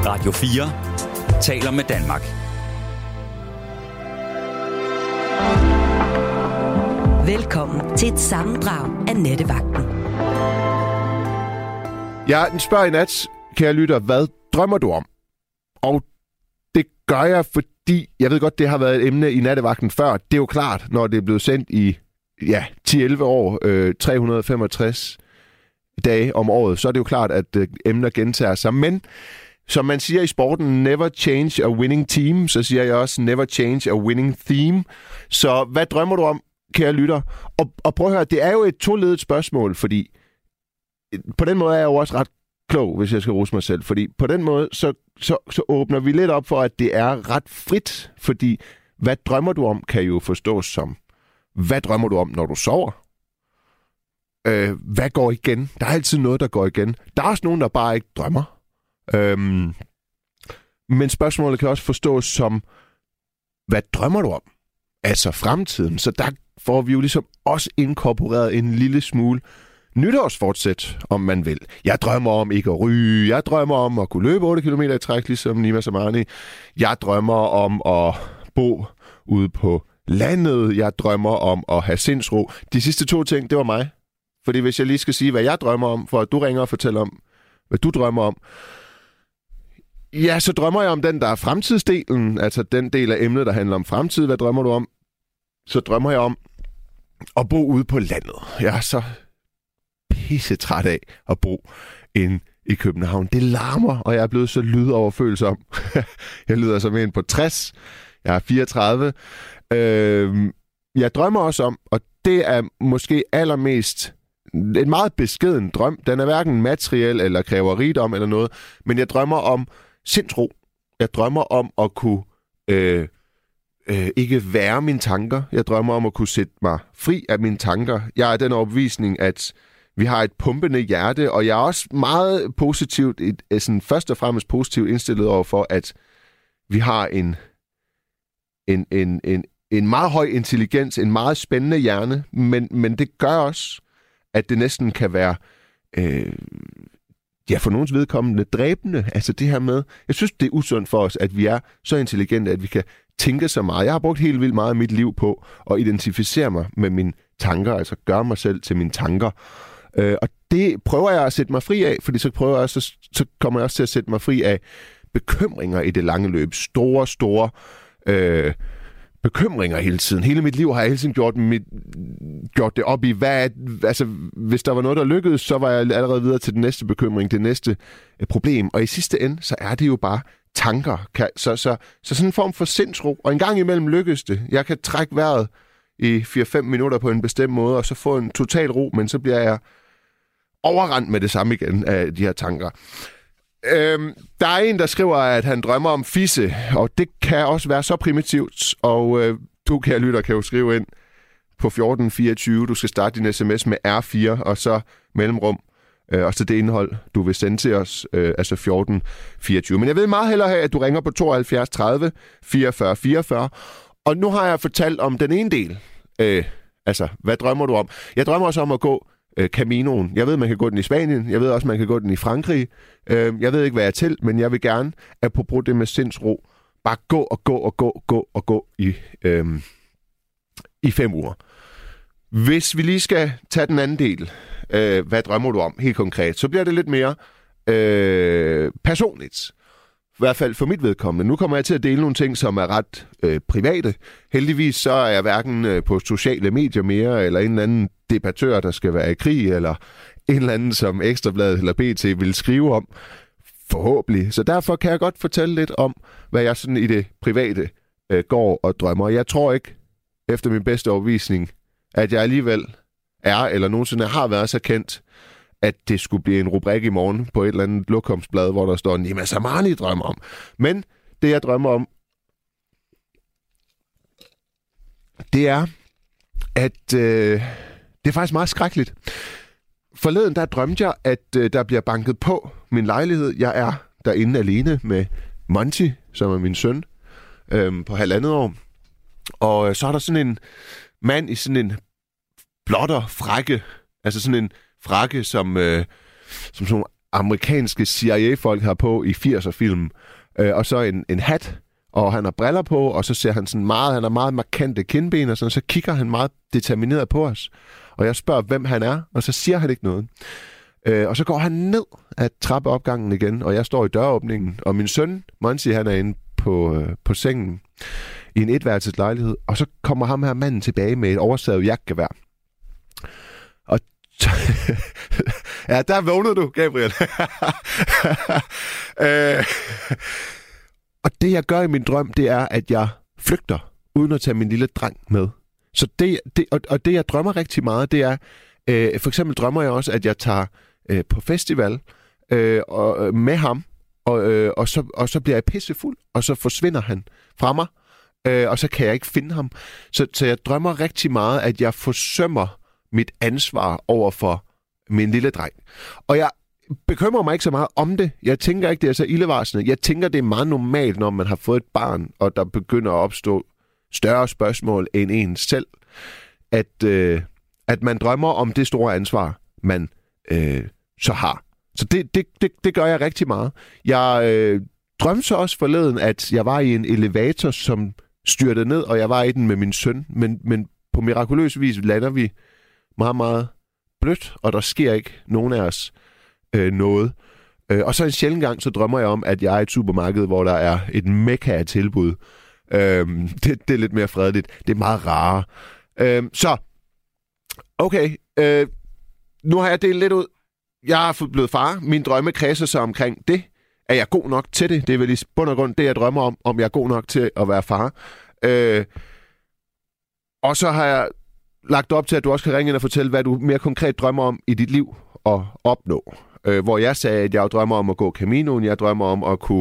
Radio 4 taler med Danmark. Velkommen til et sammendrag af Nattevagten. Jeg spørger i nat, kære lytter, hvad drømmer du om? Og det gør jeg, fordi jeg ved godt, det har været et emne i Nattevagten før. Det er jo klart, når det er blevet sendt i 10-11 år, 365 dage om året, så er det jo klart, at emner gentager sig. Men som man siger i sporten, never change a winning team, så siger jeg også never change a winning theme. Så hvad drømmer du om, kære lytter? Og prøv at høre, det er jo et toledet spørgsmål, fordi på den måde er jeg jo også ret klog, hvis jeg skal rose mig selv. Fordi på den måde, så åbner vi lidt op for, at det er ret frit. Fordi hvad drømmer du om, kan jo forstås som, hvad drømmer du om, når du sover? Hvad går igen? Der er altid noget, der går igen. Der er også nogen, der bare ikke drømmer. Men spørgsmålet kan også forstås som, hvad drømmer du om? Altså fremtiden. Så der får vi jo ligesom også inkorporeret en lille smule nytårsfortsæt, om man vil. Jeg drømmer om ikke at ryge. Jeg drømmer om at kunne løbe 8 km i træk, ligesom Nima Samani. Jeg drømmer om at bo ude på landet. Jeg drømmer om at have sindsro. De sidste 2 ting, det var mig. Fordi hvis jeg lige skal sige, hvad jeg drømmer om, for at du ringer og fortæller om, hvad du drømmer om, ja, så drømmer jeg om den, der er fremtidsdelen, altså den del af emnet, der handler om fremtid. Hvad drømmer du om? Så drømmer jeg om at bo ude på landet. Jeg er så pissetræt af at bo inde i København. Det larmer, og jeg er blevet så lydoverfølsom. Jeg lyder som en på 60. Jeg er 34. Jeg drømmer også om, og det er måske allermest en meget beskeden drøm. Den er hverken materiel eller kræver rigdom eller noget, men jeg drømmer om sindsro. Jeg drømmer om at kunne ikke være mine tanker. Jeg drømmer om at kunne sætte mig fri af mine tanker. Jeg er den overbevisning, at vi har et pumpende hjerte, og jeg er også meget positivt, sådan først og fremmest positivt indstillet over for, at vi har en meget høj intelligens, en meget spændende hjerne, men det gør også, at det næsten kan være, for nogens vedkommende dræbende. Altså det her med, jeg synes, det er usundt for os, at vi er så intelligente, at vi kan tænke så meget. Jeg har brugt helt vildt meget af mit liv på at identificere mig med mine tanker, altså gøre mig selv til mine tanker. Og det prøver jeg at sætte mig fri af, fordi så kommer jeg også til at sætte mig fri af bekymringer i det lange løb. Store bekymringer hele tiden. Hele mit liv har jeg hele tiden gjort det op i, hvis der var noget, der lykkedes, så var jeg allerede videre til den næste bekymring, det næste problem. Og i sidste ende, så er det jo bare tanker. Så sådan en form for sindsro. Og en gang imellem lykkes det. Jeg kan trække vejret i 4-5 minutter på en bestemt måde, og så få en total ro, men så bliver jeg overrendt med det samme igen af de her tanker. Der er en, der skriver, at han drømmer om fisse, og det kan også være så primitivt, og du, kære lytter, kan jo skrive ind på 1424. Du skal starte din sms med R4, og så mellemrum, og så det indhold, du vil sende til os, altså 1424. Men jeg vil meget hellere have, at du ringer på 72 30 44 44, og nu har jeg fortalt om den ene del. Altså, hvad drømmer du om? Jeg drømmer også om at gå Caminoen. Jeg ved, man kan gå den i Spanien. Jeg ved også, man kan gå den i Frankrig. Jeg ved ikke, hvad jeg er til, men jeg vil gerne, apropos det med sindsro, bare gå i 5 uger. Hvis vi lige skal tage den anden del, hvad drømmer du om, helt konkret, så bliver det lidt mere personligt. I hvert fald for mit vedkommende. Nu kommer jeg til at dele nogle ting, som er ret private. Heldigvis så er jeg hverken på sociale medier mere, eller en eller anden debattør, der skal være i krig, eller en eller anden, som Ekstrabladet eller BT vil skrive om. Forhåbentlig. Så derfor kan jeg godt fortælle lidt om, hvad jeg sådan i det private går og drømmer. Jeg tror ikke, efter min bedste overbevisning, at jeg alligevel er, eller nogensinde har været så kendt, at det skulle blive en rubrik i morgen på et eller andet lokumsblad, hvor der står, Nima Samani drømmer om. Men det, jeg drømmer om, det er, at det er faktisk meget skrækkeligt. Forleden, der drømte jeg, at der bliver banket på min lejlighed. Jeg er derinde alene med Monty, som er min søn, på 1,5 år. Og så er der sådan en mand i sådan en blotter frakke, altså sådan en frakke, som sådan amerikanske CIA-folk har på i 80'er-film. Og så en hat, og han har briller på, og så ser han han har meget markante kindben, og så kigger han meget determineret på os. Og jeg spørger, hvem han er, og så siger han ikke noget. Og så går han ned ad trappeopgangen igen, og jeg står i døråbningen, og min søn, Monsi, han er inde på sengen i en etværelses lejlighed, og så kommer ham her manden tilbage med et oversavet jagtgevær. Og ja, der vågnede du, Gabriel. Og det, jeg gør i min drøm, det er, at jeg flygter, uden at tage min lille dreng med. Så det, jeg drømmer rigtig meget, det er, for eksempel drømmer jeg også, at jeg tager på festival og med ham, og så bliver jeg pissefuld, og så forsvinder han fra mig, og så kan jeg ikke finde ham. Så jeg drømmer rigtig meget, at jeg forsømmer mit ansvar over for min lille dreng. Og jeg bekymrer mig ikke så meget om det. Jeg tænker ikke, det er så ildevarslende. Jeg tænker, det er meget normalt, når man har fået et barn, og der begynder at opstå større spørgsmål end en selv, at man drømmer om det store ansvar, man så har. Så det gør jeg rigtig meget. Jeg drømte så også forleden, at jeg var i en elevator, som styrtede ned, og jeg var i den med min søn, men på mirakuløs vis lander vi meget, meget blødt, og der sker ikke nogen af os noget. Og så en sjælden gang, så drømmer jeg om, at jeg er i et supermarked, hvor der er et mekka af tilbud. Det er lidt mere fredeligt. Det er meget rare. Så, okay. Nu har jeg delt lidt ud. Jeg er blevet far. Min drømme kredser sig omkring det. Er jeg god nok til det? Det er vel i bund og grund det, jeg drømmer om jeg er god nok til at være far. Og så har jeg lagt op til, at du også kan ringe ind og fortælle, hvad du mere konkret drømmer om i dit liv at opnå. Hvor jeg sagde, at jeg drømmer om at gå Caminoen. Jeg drømmer om at kunne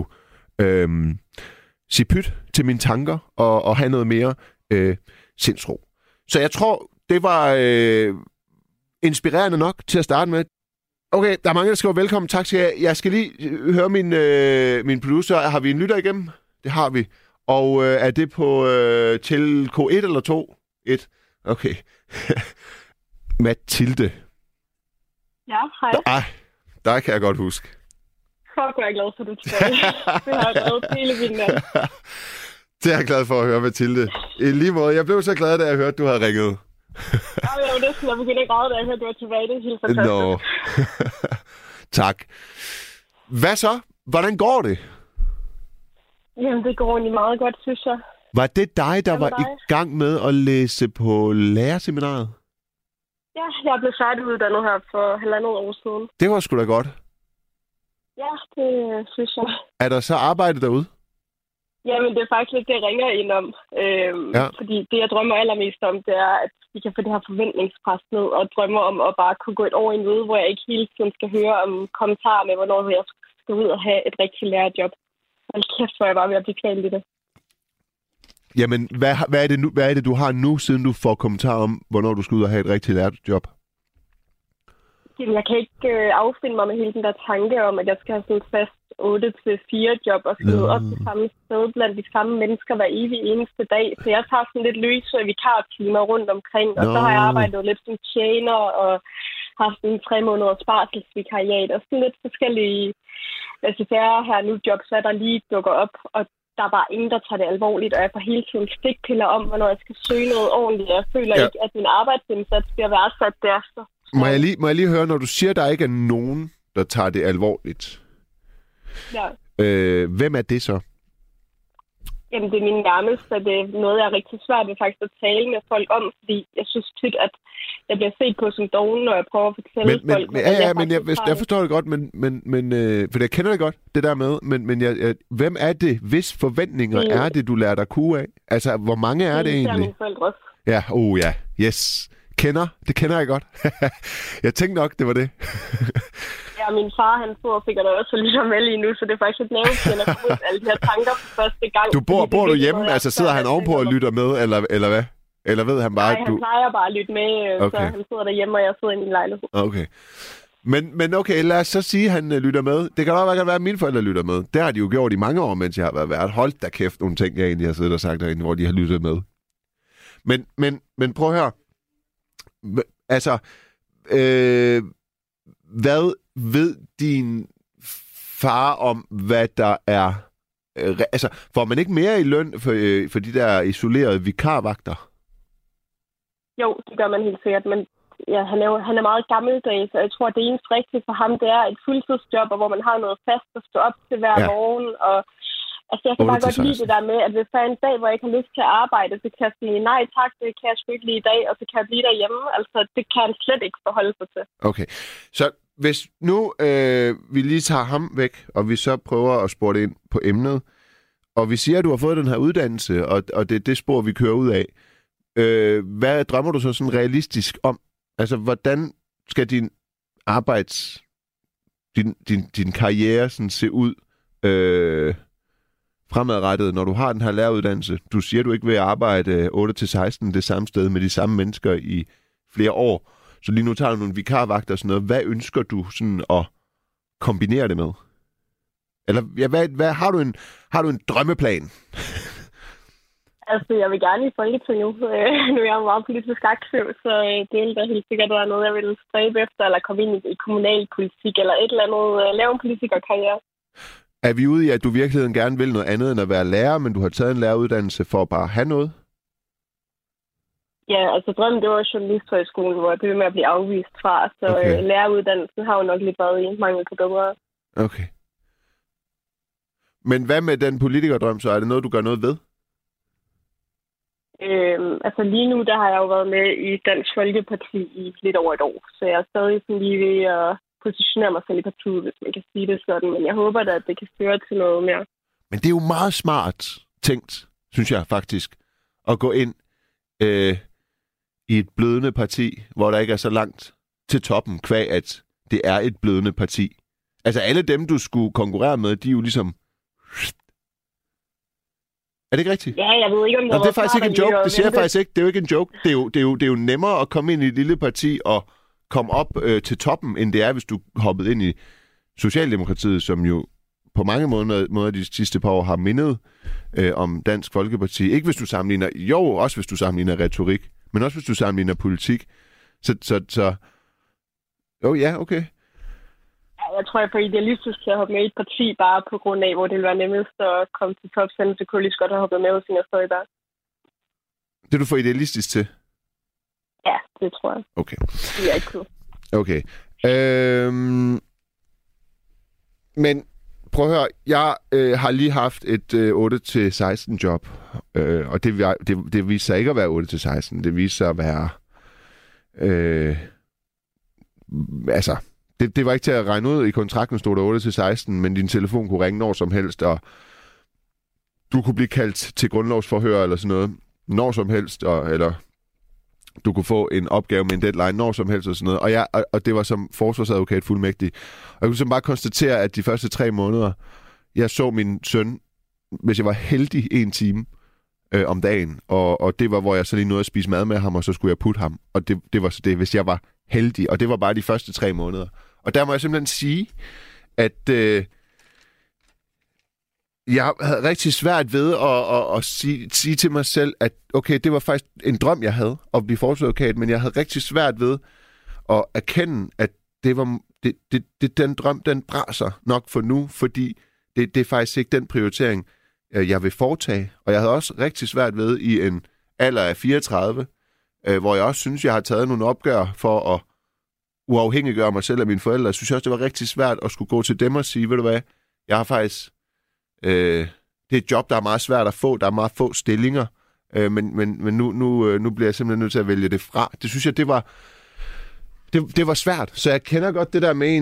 sige pyt til mine tanker og have noget mere sindsro. Så jeg tror, det var inspirerende nok til at starte med. Okay, der er mange, der skriver velkommen. Tak skal jeg skal lige høre min producer. Har vi en lytter igennem? Det har vi. Og er det på til K1 eller 2? 1. Okay. Mathilde. Ja, hej. Der kan jeg godt huske. Fuck, jeg er glad for, at du er tilbage. Det har jeg lavet hele min nat. Det er jeg glad for at høre, Mathilde. I lige måde. Jeg blev så glad, da jeg hørte, at du havde ringet. Jeg var næsten, jeg begyndte at græde, da jeg hørte, at du var tilbage. Det er helt fantastisk. Nå. Tak. Hvad så? Hvordan går det? Jamen, det går egentlig meget godt, synes jeg. Var det dig, der var i gang med at læse på lærerseminaret? Ja, jeg blev færdiguddannet her for 1,5 år siden. Det var sgu da godt. Ja, det synes jeg. Er der så arbejde derude? Jamen, det er faktisk lidt det, jeg ringer ind om. Fordi det, jeg drømmer allermest om, det er, at vi kan få det her forventningspres ned, og drømmer om at bare kunne gå et år i en møde, hvor jeg ikke hele tiden skal høre om kommentarer med, hvornår jeg skal ud og have et rigtigt lærerjob. Hold kæft, hvor jeg bare ved at blive kvalt i det. Jamen, hvad er det, du har nu, siden du får kommentarer om, hvornår du skal ud og have et rigtigt lærerjob? Jamen, jeg kan ikke affinde mig med hele den der tanke om, at jeg skal have sådan et fast 8-4 job og skrive op det samme sted blandt de samme mennesker hver evig eneste dag. Så jeg tager sådan lidt løse vikartimer rundt omkring, og så har jeg arbejdet lidt som tjener og haft en 3 måneders barselsvikariat og sådan lidt forskellige her nu jobs, der lige dukker op, og der er bare ingen, der tager det alvorligt, og jeg får hele tiden stikpiller om, hvornår jeg skal søge noget ordentligt. Jeg føler ikke, at min arbejdsindsats bliver værdsat derefter. Må jeg lige høre, når du siger, at der ikke er nogen, der tager det alvorligt. Ja. Hvem er det så? Jamen, det er min nærmeste. Det er noget, jeg er rigtig svært ved faktisk at tale med folk om, fordi jeg synes tit, at jeg bliver set på som doven, når jeg prøver at fortælle folk. Jeg forstår det godt, men for jeg kender det godt, det der med, men hvem er det, hvis forventninger er det, du lærer dig kue af? Altså, hvor mange er det egentlig? Det er mine forældre. Ja, yes. Det kender jeg godt. Jeg tænkte nok, det var det. Ja, min far, han får fik der også lidt med lige nu, så det er faktisk et nervepirrende at komme ud alle de her tanker for første gang. Bor du hjemme? Altså sidder han ovenpå og lytter med, eller hvad? Eller ved han bare, Nej, han plejer bare at lytte med, okay. Så han sidder derhjemme, og jeg sidder i min lejlighed. Okay. Men okay, lad os så sige, at han lytter med. Det kan da være, at mine forældre lytter med. Det har de jo gjort i mange år, mens jeg har været vært. Hold da kæft, nogle ting, jeg egentlig har siddet og sagt derinde, hvor de har lyttet med. Men prøv at høre. Altså, hvad ved din far om, hvad der er... Altså, får man ikke mere i løn for de der isolerede vikarvagter? Jo, det gør man helt sikkert, men ja, han er meget gammeldags, og jeg tror, at det eneste rigtige for ham, det er et fuldtidsjob, hvor man har noget fast at stå op til hver morgen, og altså, jeg kan bare godt lide det der med, at hvis der er en dag, hvor jeg ikke har lyst til at arbejde, så kan jeg sige, nej tak, det kan jeg sgu ikke lige i dag, og så kan jeg blive derhjemme. Altså, det kan han slet ikke forholde sig til. Okay, så hvis nu vi lige tager ham væk, og vi så prøver at spore ind på emnet, og vi siger, at du har fået den her uddannelse, og det er det spor, vi kører ud af, hvad drømmer du så sådan realistisk om? Altså, hvordan skal din din karriere sådan se ud fremadrettet, når du har den her læreruddannelse? Du siger, du ikke vil arbejde 8-16 det samme sted med de samme mennesker i flere år. Så lige nu tager du nogle vikarvagter og sådan noget. Hvad ønsker du sådan at kombinere det med? Eller ja, hvad har du en drømmeplan? Altså, jeg vil gerne i Folketinget. Nu er jeg meget politisk aktiv, så det vil da helt sikkert være noget, jeg vil stræbe efter, eller komme ind i kommunalpolitik, eller et eller andet, lave en politikerkarriere. Er vi ude i, at du i virkeligheden gerne vil noget andet end at være lærer, men du har taget en læreruddannelse for at bare have noget? Ja, altså drømmen, det var journalisthøjskolen, hvor det var med at blive afvist fra, så okay. Læreruddannelsen har jo nok lidt været i mangel på bedre. Okay. Men hvad med den politikerdrøm, så er det noget, du gør noget ved? Altså lige nu, der har jeg jo været med i Dansk Folkeparti i lidt over et år, så jeg er stadig sådan lige ved at positionere mig selv i partiet, hvis man kan sige det sådan, men jeg håber da, at det kan føre til noget mere. Men det er jo meget smart tænkt, synes jeg faktisk, at gå ind i et blødende parti, hvor der ikke er så langt til toppen, kvæg at det er et blødende parti. Altså alle dem, du skulle konkurrere med, de er jo ligesom... Er det ikke rigtigt? Ja, jeg ved ikke, om det er faktisk ikke en joke. Det siger jeg faktisk ikke. Det er jo ikke en joke. Det er jo nemmere at komme ind i et lille parti og komme op til toppen, end det er, hvis du hoppede ind i Socialdemokratiet, som jo på mange måder de sidste par år har mindet om Dansk Folkeparti. Ikke hvis du sammenligner... Jo, også hvis du sammenligner retorik, men også hvis du sammenligner politik. Så jo, ja, okay. Jeg tror, jeg er for idealistisk til at hoppe med i et parti, bare på grund af, hvor det vil være nemmest at komme til topsenden, så kunne jeg lige så godt have hoppet med, siden jeg stadig der. Det er du for idealistisk til? Ja, det tror jeg. Okay. Det er ikke cool. Okay. Men prøv at høre, jeg har lige haft et 8-16 job, og det viser sig ikke at være 8-16. Det viser sig at være... altså... Det var ikke til at regne ud. I kontrakten stod der 8-16, men din telefon kunne ringe når som helst, og du kunne blive kaldt til grundlovsforhør eller sådan noget, når som helst, eller du kunne få en opgave med en deadline når som helst og sådan noget. Og det var som forsvarsadvokat fuldmægtig. Og jeg kunne så bare konstatere, at de første 3 måneder, jeg så min søn, hvis jeg var heldig, 1 time om dagen, og det var, hvor jeg så lige nåede at spise mad med ham, og så skulle jeg putte ham. Og det var så det, hvis jeg var heldig, og det var bare de første 3 måneder. Og der må jeg simpelthen sige, at jeg havde rigtig svært ved at sige til mig selv, at okay, det var faktisk en drøm, jeg havde, at blive forsvarsadvokat, men jeg havde rigtig svært ved at erkende, at den drøm, den braser nok for nu, fordi det er faktisk ikke den prioritering, jeg vil foretage. Og jeg havde også rigtig svært ved i en alder af 34, hvor jeg også synes, jeg har taget nogle opgør for at uafhængiggøre mig selv af mine forældre. Jeg synes også, det var rigtig svært at skulle gå til dem og sige, ved du hvad, jeg har faktisk... det er et job, der er meget svært at få. Der er meget få stillinger. Men nu bliver jeg simpelthen nødt til at vælge det fra. Det synes jeg, det var svært. Så jeg kender godt det der med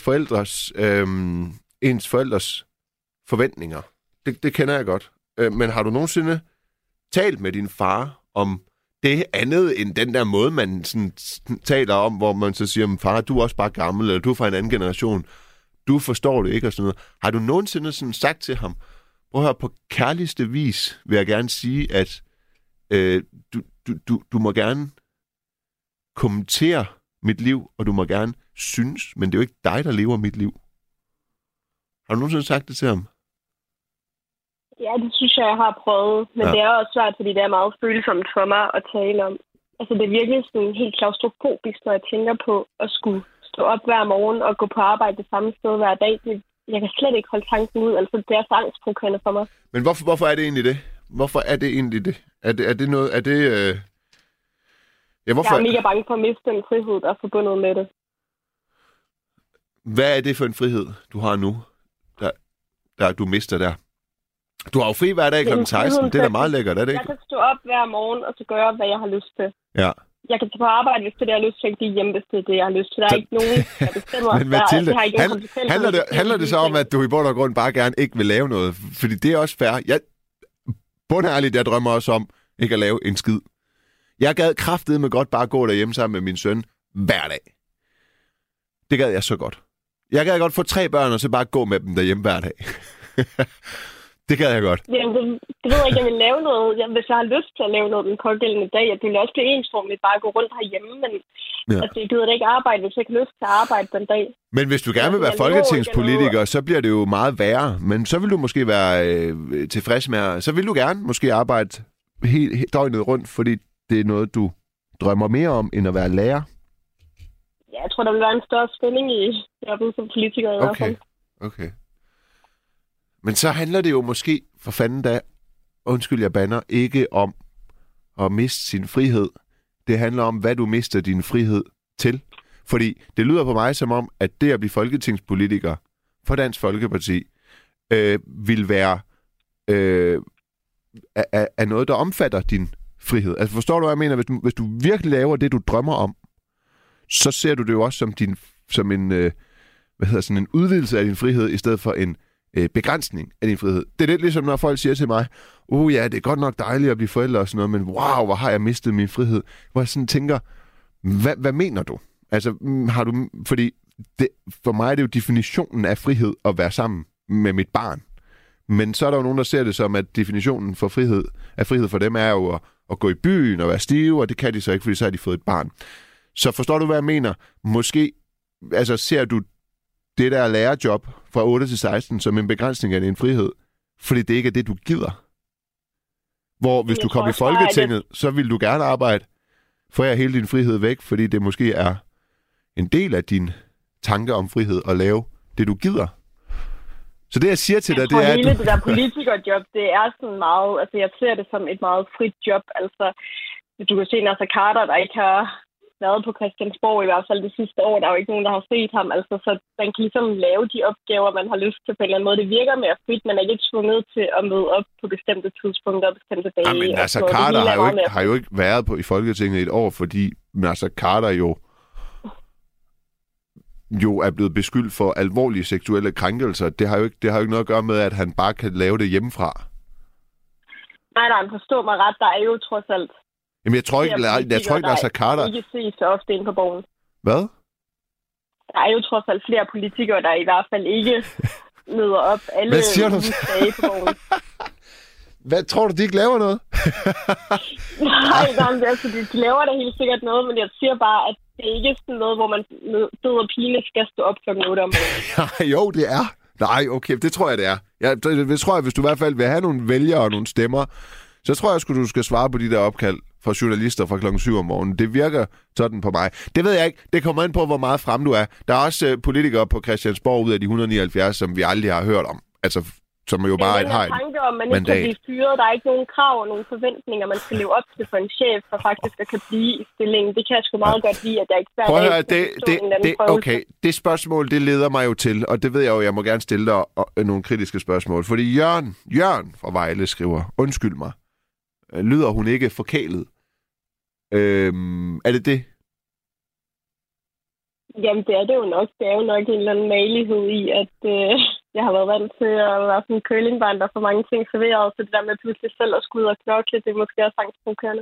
ens forældres forventninger. Det kender jeg godt. Men har du nogensinde talt med din far om det andet end den der måde, man sådan taler om, hvor man så siger, far, du er også bare gammel, eller du er fra en anden generation, du forstår det ikke, og sådan noget. Har du nogensinde sådan sagt til ham, prøv at høre, på kærligste vis vil jeg gerne sige, at du må gerne kommentere mit liv, og du må gerne synes, men det er jo ikke dig, der lever mit liv. Har du nogensinde sagt det til ham? Ja, det synes jeg har prøvet, men det er også svært, fordi det er meget følsomt for mig at tale om. Altså, det er virkelig sådan helt klaustrofobisk, når jeg tænker på at skulle stå op hver morgen og gå på arbejde det samme sted hver dag. Jeg kan slet ikke holde tanken ud. Altså, det er så angstprovokerende for mig. Men hvorfor er det egentlig det? Hvorfor er det egentlig det? Er det noget... Er det... Ja, hvorfor... Jeg er mega bange for at miste den frihed, der er forbundet med det. Hvad er det for en frihed, du har nu, der du mister der? Du har jo fri hver dag kl. 16. Det er da meget lækkert, er det ikke? Jeg kan stå op hver morgen og så gøre, hvad jeg har lyst til. Ja. Jeg kan tage på arbejde, hvis det er det, jeg har lyst til. Jeg kan blive hjemme, hvis det er det, jeg har lyst til. Der er ikke nogen, der bestemmer. Men Mathilde, handler det så om, ting. at du i bund og grund bare gerne ikke vil lave noget? Fordi det er også fair. Bundærligt, jeg drømmer også om ikke at lave en skid. Jeg gad kraftedeme godt bare gå derhjemme sammen med min søn hver dag. Det gad jeg så godt. Jeg gad godt få 3 børn, og så bare gå med dem derhjemme hver dag. Det gad jeg godt. Jamen, det ved jeg ikke, jeg vil lave noget. Hvis jeg har lyst til at lave noget den pågældende dag, det vil også blive ensformigt bare at gå rundt herhjemme, men altså, jeg gider da ikke arbejde, hvis jeg ikke har lyst til at arbejde den dag. Men hvis du gerne vil være folketingspolitiker, så bliver det jo meget værre. Men så vil du måske være tilfreds med, så vil du gerne måske arbejde helt døgnet rundt, fordi det er noget, du drømmer mere om, end at være lærer. Ja, jeg tror, der vil være en større spænding i jobbet som politiker i hvert fald. Okay. Men så handler det jo måske, for fanden da, undskyld jeg bander, ikke om at miste sin frihed. Det handler om, hvad du mister din frihed til. Fordi det lyder på mig som om, at det at blive folketingspolitiker for Dansk Folkeparti vil være er noget, der omfatter din frihed. Altså forstår du, hvad jeg mener? Hvis du virkelig laver det, du drømmer om, så ser du det jo også som en en udvidelse af din frihed, i stedet for en begrænsning af din frihed. Det er lidt ligesom, når folk siger til mig, ja, det er godt nok dejligt at blive forældre og sådan noget, men wow, hvor har jeg mistet min frihed. Hvor jeg sådan tænker, hvad mener du? Altså, har du... Fordi for mig er det jo definitionen af frihed at være sammen med mit barn. Men så er der jo nogen, der ser det som, at definitionen for frihed for dem er jo at gå i byen og være stive, og det kan de så ikke, fordi så har de fået et barn. Så forstår du, hvad jeg mener? Måske, altså ser du det der lærerjob fra 8 til 16 som en begrænsning af din frihed, fordi det ikke er det, du gider. Hvor hvis du kommer i Folketinget, så vil du gerne arbejde, for at hele din frihed væk, fordi det måske er en del af din tanke om frihed at lave det, du gider. Så det, jeg siger til dig, det er... Hele det der politikerjob, det er sådan meget... Altså, jeg ser det som et meget frit job. Altså, du kan se Naser Khader, der ikke har været på Christiansborg i hvert fald det sidste år. Der er jo ikke nogen, der har set ham. Altså, så man kan ligesom lave de opgaver, man har lyst til på en eller anden måde. Det virker mere frit, man er ikke tvunget til at møde op på bestemte tidspunkter og bestemte dage. Jamen, Naser Khader har jo ikke været på i Folketinget i et år, fordi Naser Khader jo er blevet beskyldt for alvorlige seksuelle krænkelser. Det har jo ikke noget at gøre med, at han bare kan lave det hjemmefra. Nej, forstår mig ret. Der er jo trods alt... Jamen, jeg tror ikke, Naser Khader... ikke ses så ofte inde på Borgen. Hvad? Der er jo trods alt flere politikere, der i hvert fald ikke møder op alle dage på Borgen. Hvad tror du, de ikke laver noget? Nej, altså, de laver da helt sikkert noget, men jeg siger bare, at det er ikke sådan noget, hvor man død og pine skal stå op kl. 8 om morgenen. Jo, det er. Nej, okay, det tror jeg, det er. Det tror jeg, hvis du i hvert fald vil have nogle vælgere og nogle stemmer, så tror jeg sgu, du skal svare på de der opkald fra journalister fra klokken 7 om morgenen. Det virker sådan på mig. Det ved jeg ikke. Det kommer ind på, hvor meget frem du er. Der er også politikere på Christiansborg ud af de 179, som vi aldrig har hørt om. Altså, som jo bare har et tanke om, man ikke kan blive fyret. Der er ikke nogen krav og nogen forventninger, man skal leve op til for en chef, for faktisk at kan blive i stillingen. Det kan jeg sgu meget godt lide, at jeg ikke hver dag okay, det spørgsmål, det leder mig jo til, og det ved jeg jo, jeg må gerne stille dig nogle kritiske spørgsmål. Fordi Jørgen fra Vejle skriver, undskyld mig, lyder hun ikke forkælet? Er det det? Jamen, det er det jo nok. Det er jo nok en eller anden malighed i, at jeg har været vant til at være sådan en curlingbarn, der får mange ting serveret, så det der med pludselig selv at skulle ud og knokle, det er måske også angstprovokerende.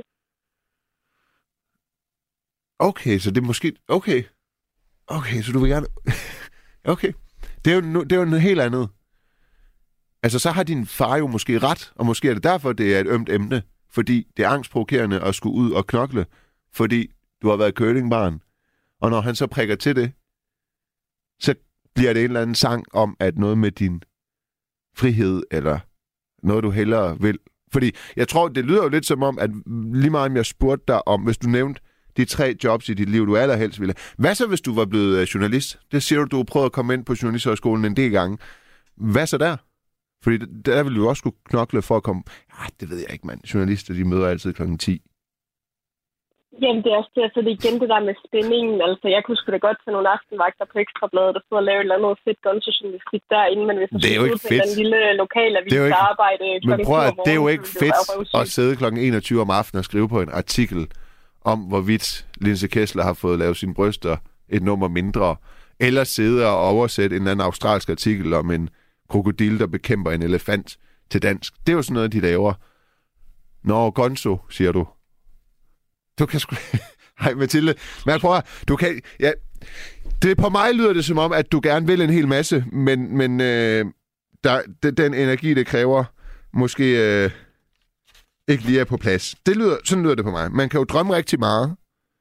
Okay, så det er måske... Okay, så du vil gerne... Okay. Det er jo noget helt andet. Altså, så har din far jo måske ret, og måske er det derfor, det er et ømt emne, fordi det er angstprovokerende at skulle ud og knokle, fordi du har været curlingbarn. Og når han så prikker til det, så bliver det en eller anden sang om, at noget med din frihed, eller noget, du hellere vil. Fordi jeg tror, det lyder jo lidt som om, at lige meget om jeg spurgte dig om, hvis du nævnte de 3 jobs i dit liv, du allerhelst ville. Hvad så, hvis du var blevet journalist? Det siger du har prøvet at komme ind på Journalisthøjskolen en del gange. Hvad så der? Fordi der ville du også skulle knokle for at komme... det ved jeg ikke, mand. Journalister, de møder altid 10:00. Jamen, det er også det, altså, det er igen det der med spændingen. Altså, jeg kunne sgu da godt tage nogle aftenvagter på Ekstrabladet, der stod og lave et eller andet fedt gonzo-journalistik derinde, men hvis det er jo ikke fedt. Den lille lokalavis, der arbejde men prøv at, det er jo ikke fedt at sidde kl. 21 om aftenen og skrive på en artikel om, hvorvidt Linse Kessler har fået lavet sine bryster et nummer mindre, eller sidde og oversætte en eller anden australsk artikel om en krokodil, der bekæmper en elefant til dansk. Det er jo sådan noget, de laver. Nå, gonzo, siger du. Du kan sgu... Hej, Mathilde. Men prøv at... Du kan... Ja, det på mig lyder det som om, at du gerne vil en hel masse, men den energi, det kræver, måske ikke lige er på plads. Sådan lyder det på mig. Man kan jo drømme rigtig meget,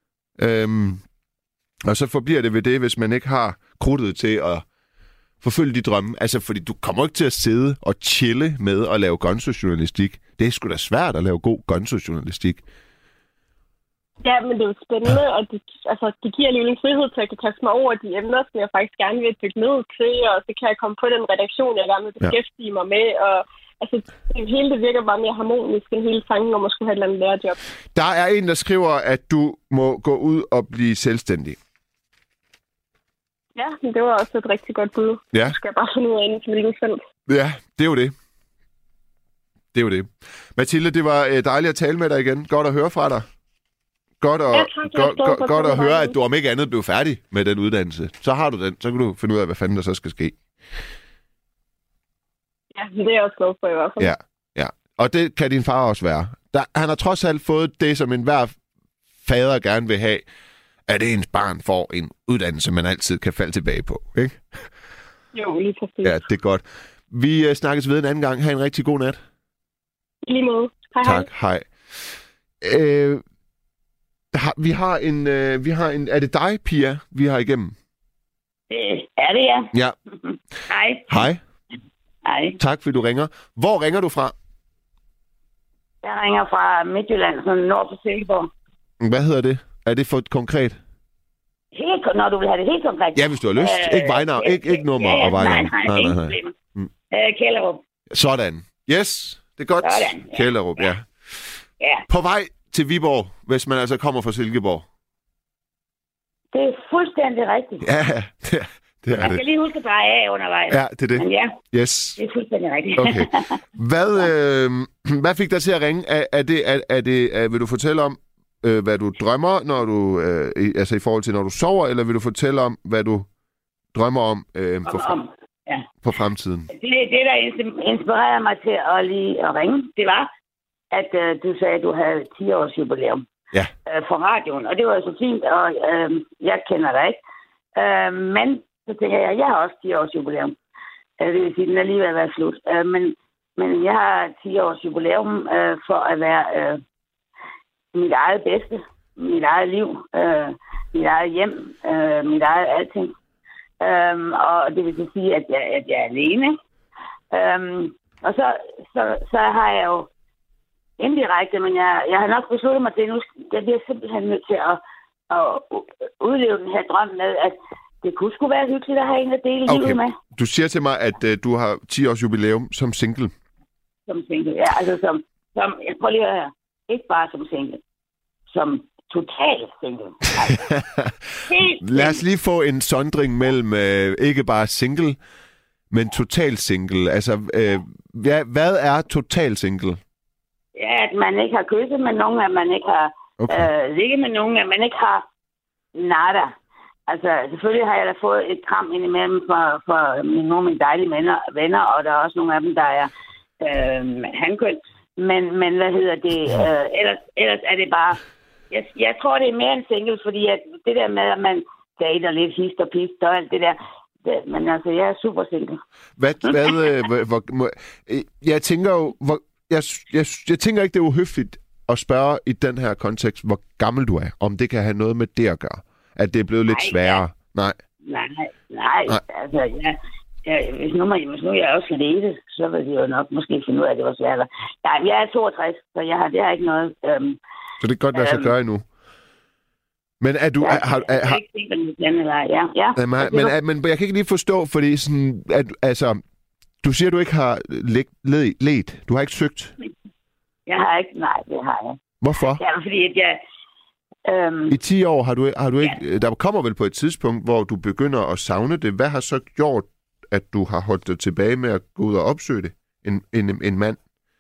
og så forbliver det ved det, hvis man ikke har krudtet til at forfølge de drømme. Altså, fordi du kommer ikke til at sidde og chille med at lave gonzo-journalistik. Det er sgu da svært at lave god gonzo-journalistik. Ja, men det er jo spændende, og det giver alligevel en frihed til, at jeg kan kaste mig over de emner, som jeg faktisk gerne vil dykke ned til, og så kan jeg komme på den redaktion, jeg gerne vil beskæftige mig med, og altså, det hele det virker bare mere harmonisk end hele tanken om at skulle have et eller andet lærerjob. Der er en, der skriver, at du må gå ud og blive selvstændig. Ja, men det var også et rigtig godt bud. Ja. Så skal jeg bare finde ud af inden for hvilken selv. Ja, det er jo det. Det er jo det. Mathilde, det var dejligt at tale med dig igen. Godt at høre fra dig. Godt at høre, at du om ikke andet blev færdig med den uddannelse. Så har du den. Så kan du finde ud af, hvad fanden der så skal ske. Ja, det er jeg også glad for i hvert fald. Ja. Og det kan din far også være. Han har trods alt fået det, som enhver fader gerne vil have, at ens barn får en uddannelse, man altid kan falde tilbage på. Ikke? Jo, lige præcis. Ja, det er godt. Vi snakkes ved en anden gang. Ha' en rigtig god nat. I lige måde. Hej. Tak, hej. Vi har en... Er det dig, Pia, vi har igennem? Er det, ja? Ja. Hej. Hej. Tak, fordi du ringer. Hvor ringer du fra? Jeg ringer fra Midtjylland, sådan nord for Silkeborg. Hvad hedder det? Er det for konkret? Når du vil have det helt konkret. Ja, hvis du har lyst. Ikke vejnavn, ikke nummer og vejnavn. Nej. Kjellerup. Sådan. Yes, det er godt. Sådan, ja. Kjellerup, ja. På vej til Viborg, hvis man altså kommer fra Silkeborg. Det er fuldstændig rigtigt. Ja, det er det. Jeg skal lige huske at dreje af undervejs. Ja, det er det. Men ja, yes. Det er fuldstændig rigtigt. Okay. Hvad fik dig til at ringe? Vil du fortælle om, hvad du drømmer, når du, altså i forhold til, når du sover, eller vil du fortælle om, hvad du drømmer om på fremtiden? Det, der inspirerede mig til at lige at ringe, det var, at du sagde, at du havde 10 års jubilæum for radioen. Og det var så fint, og jeg kender dig ikke. Men så tænker jeg har også 10 års jubilæum. Det vil sige, den er lige ved at være slut. Men jeg har 10 års jubilæum for at være mit eget bedste, mit eget liv, mit eget hjem, mit eget alting. Og det vil så sige, at jeg er alene. Og så har jeg jo indirekte, men jeg har nok besluttet mig til, nu jeg bliver simpelthen nødt til at udleve den her drøm med, at det kunne sgu være hyggeligt at have en at dele livet med. Du siger til mig, at du har 10 års jubilæum som single. Som single, ja. Altså som jeg prøver lige at høre. Ikke bare som single. Som total single. Lad os lige få en sondring mellem ikke bare single, men total single. Altså, hvad er total single? Ja, at man ikke har kysset med nogen, at man ikke har ligget med nogen, at man ikke har nada. Altså, selvfølgelig har jeg da fået et kram indimellem for nogle af mine dejlige venner, og der er også nogle af dem, der er hankøn. Men hvad hedder det? Ellers er det bare... Jeg tror, det er mere en single, fordi at det der med, at man dater lidt hist og pist og alt det der... Men altså, jeg er super single. Jeg tænker jo... Jeg tænker ikke, det er uhøfligt at spørge i den her kontekst, hvor gammel du er. Om det kan have noget med det at gøre. At det er blevet lidt sværere. Nej. Altså, hvis nu jeg er også lidt, så vil jeg jo nok måske finde ud af, at det var sværere. Nej, jeg er 62, så det har ikke noget... Så det kan godt lade sig gøre endnu? Men er du... Men jeg kan ikke lige forstå, fordi sådan... Altså, du siger, du ikke har let. Du har ikke søgt. Jeg har ikke... Nej, det har jeg. Hvorfor? Ja, fordi at jeg... I 10 år har du ikke... Der kommer vel på et tidspunkt, hvor du begynder at savne det. Hvad har så gjort, at du har holdt dig tilbage med at gå ud og opsøge det? En mand?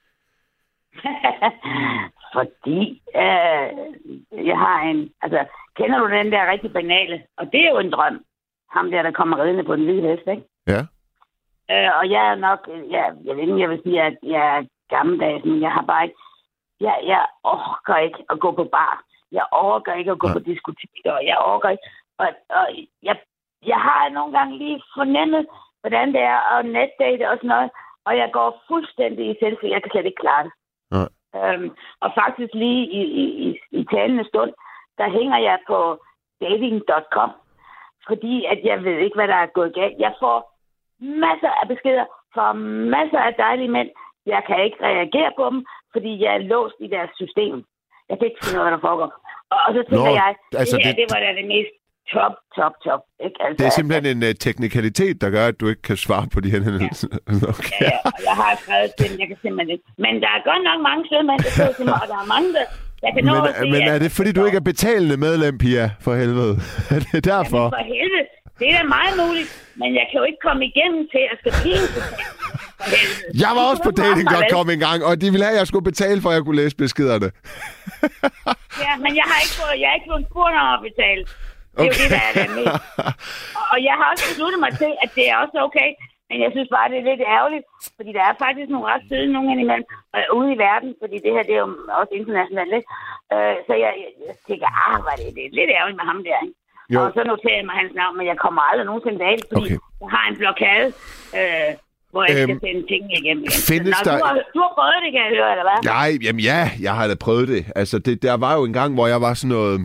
Fordi jeg har en... Altså, kender du den der rigtig banale? Og det er jo en drøm. Ham der kommer ridende på den hvide hest, ikke? Ja. Og jeg er nok... Jeg ved ikke, jeg vil sige, at jeg er gammeldags, men jeg har bare ikke... Jeg orker ikke at gå på bar. Jeg orker ikke at gå på diskoteker. Jeg orker ikke... Og jeg har nogle gange lige fornemmet, hvordan det er at netdate og sådan noget. Og jeg går fuldstændig i selv, for jeg kan slet ikke klare det. Ja. Og faktisk lige i talende stund, der hænger jeg på dating.com, fordi at jeg ved ikke, hvad der er gået galt. Jeg får masser af beskeder fra masser af dejlige mænd. Jeg kan ikke reagere på dem, fordi jeg er låst i deres system. Jeg kan ikke finde noget, hvad der foregår. Og så tænker jeg, altså det var da det mest top. Ikke? Altså, det er simpelthen en teknikalitet, der gør, at du ikke kan svare på de her hændelser. Ja. Okay. Ja, og jeg har skrevet til dem, jeg kan simpelthen ikke. Men der er godt nok mange sødmænd, der skriver til mig, og der er mange, der kan nå at se... Men er det fordi, du ikke er betalende medlem, Pia, for helvede? Er det derfor? Jamen, for helvede. Det er da meget muligt, men jeg kan jo ikke komme igennem til at skal blive betalt. Jeg var også på dating.com en gang, og de ville have, at jeg skulle betale, for at jeg kunne læse beskederne. Ja, men jeg har ikke fået spurgt om at betale. Det er jo det, der er det mest. Og jeg har også besluttet mig til, at det er også okay. Men jeg synes bare, det er lidt ærgerligt. Fordi der er faktisk nogle ret søde nogen imellem ude i verden. Fordi det her, det er jo også internationalt. Ikke? Så jeg tænker, det er lidt ærgerligt med ham der. Ikke? Og så noterer jeg mig hans navn, men jeg kommer aldrig nogensinde af det, fordi jeg har en blokade, hvor jeg skal sende tingene igennem. Du har prøvet det, kan jeg høre, eller hvad? Nej, jamen ja, jeg har da prøvet det. Altså, der var jo en gang, hvor jeg var sådan noget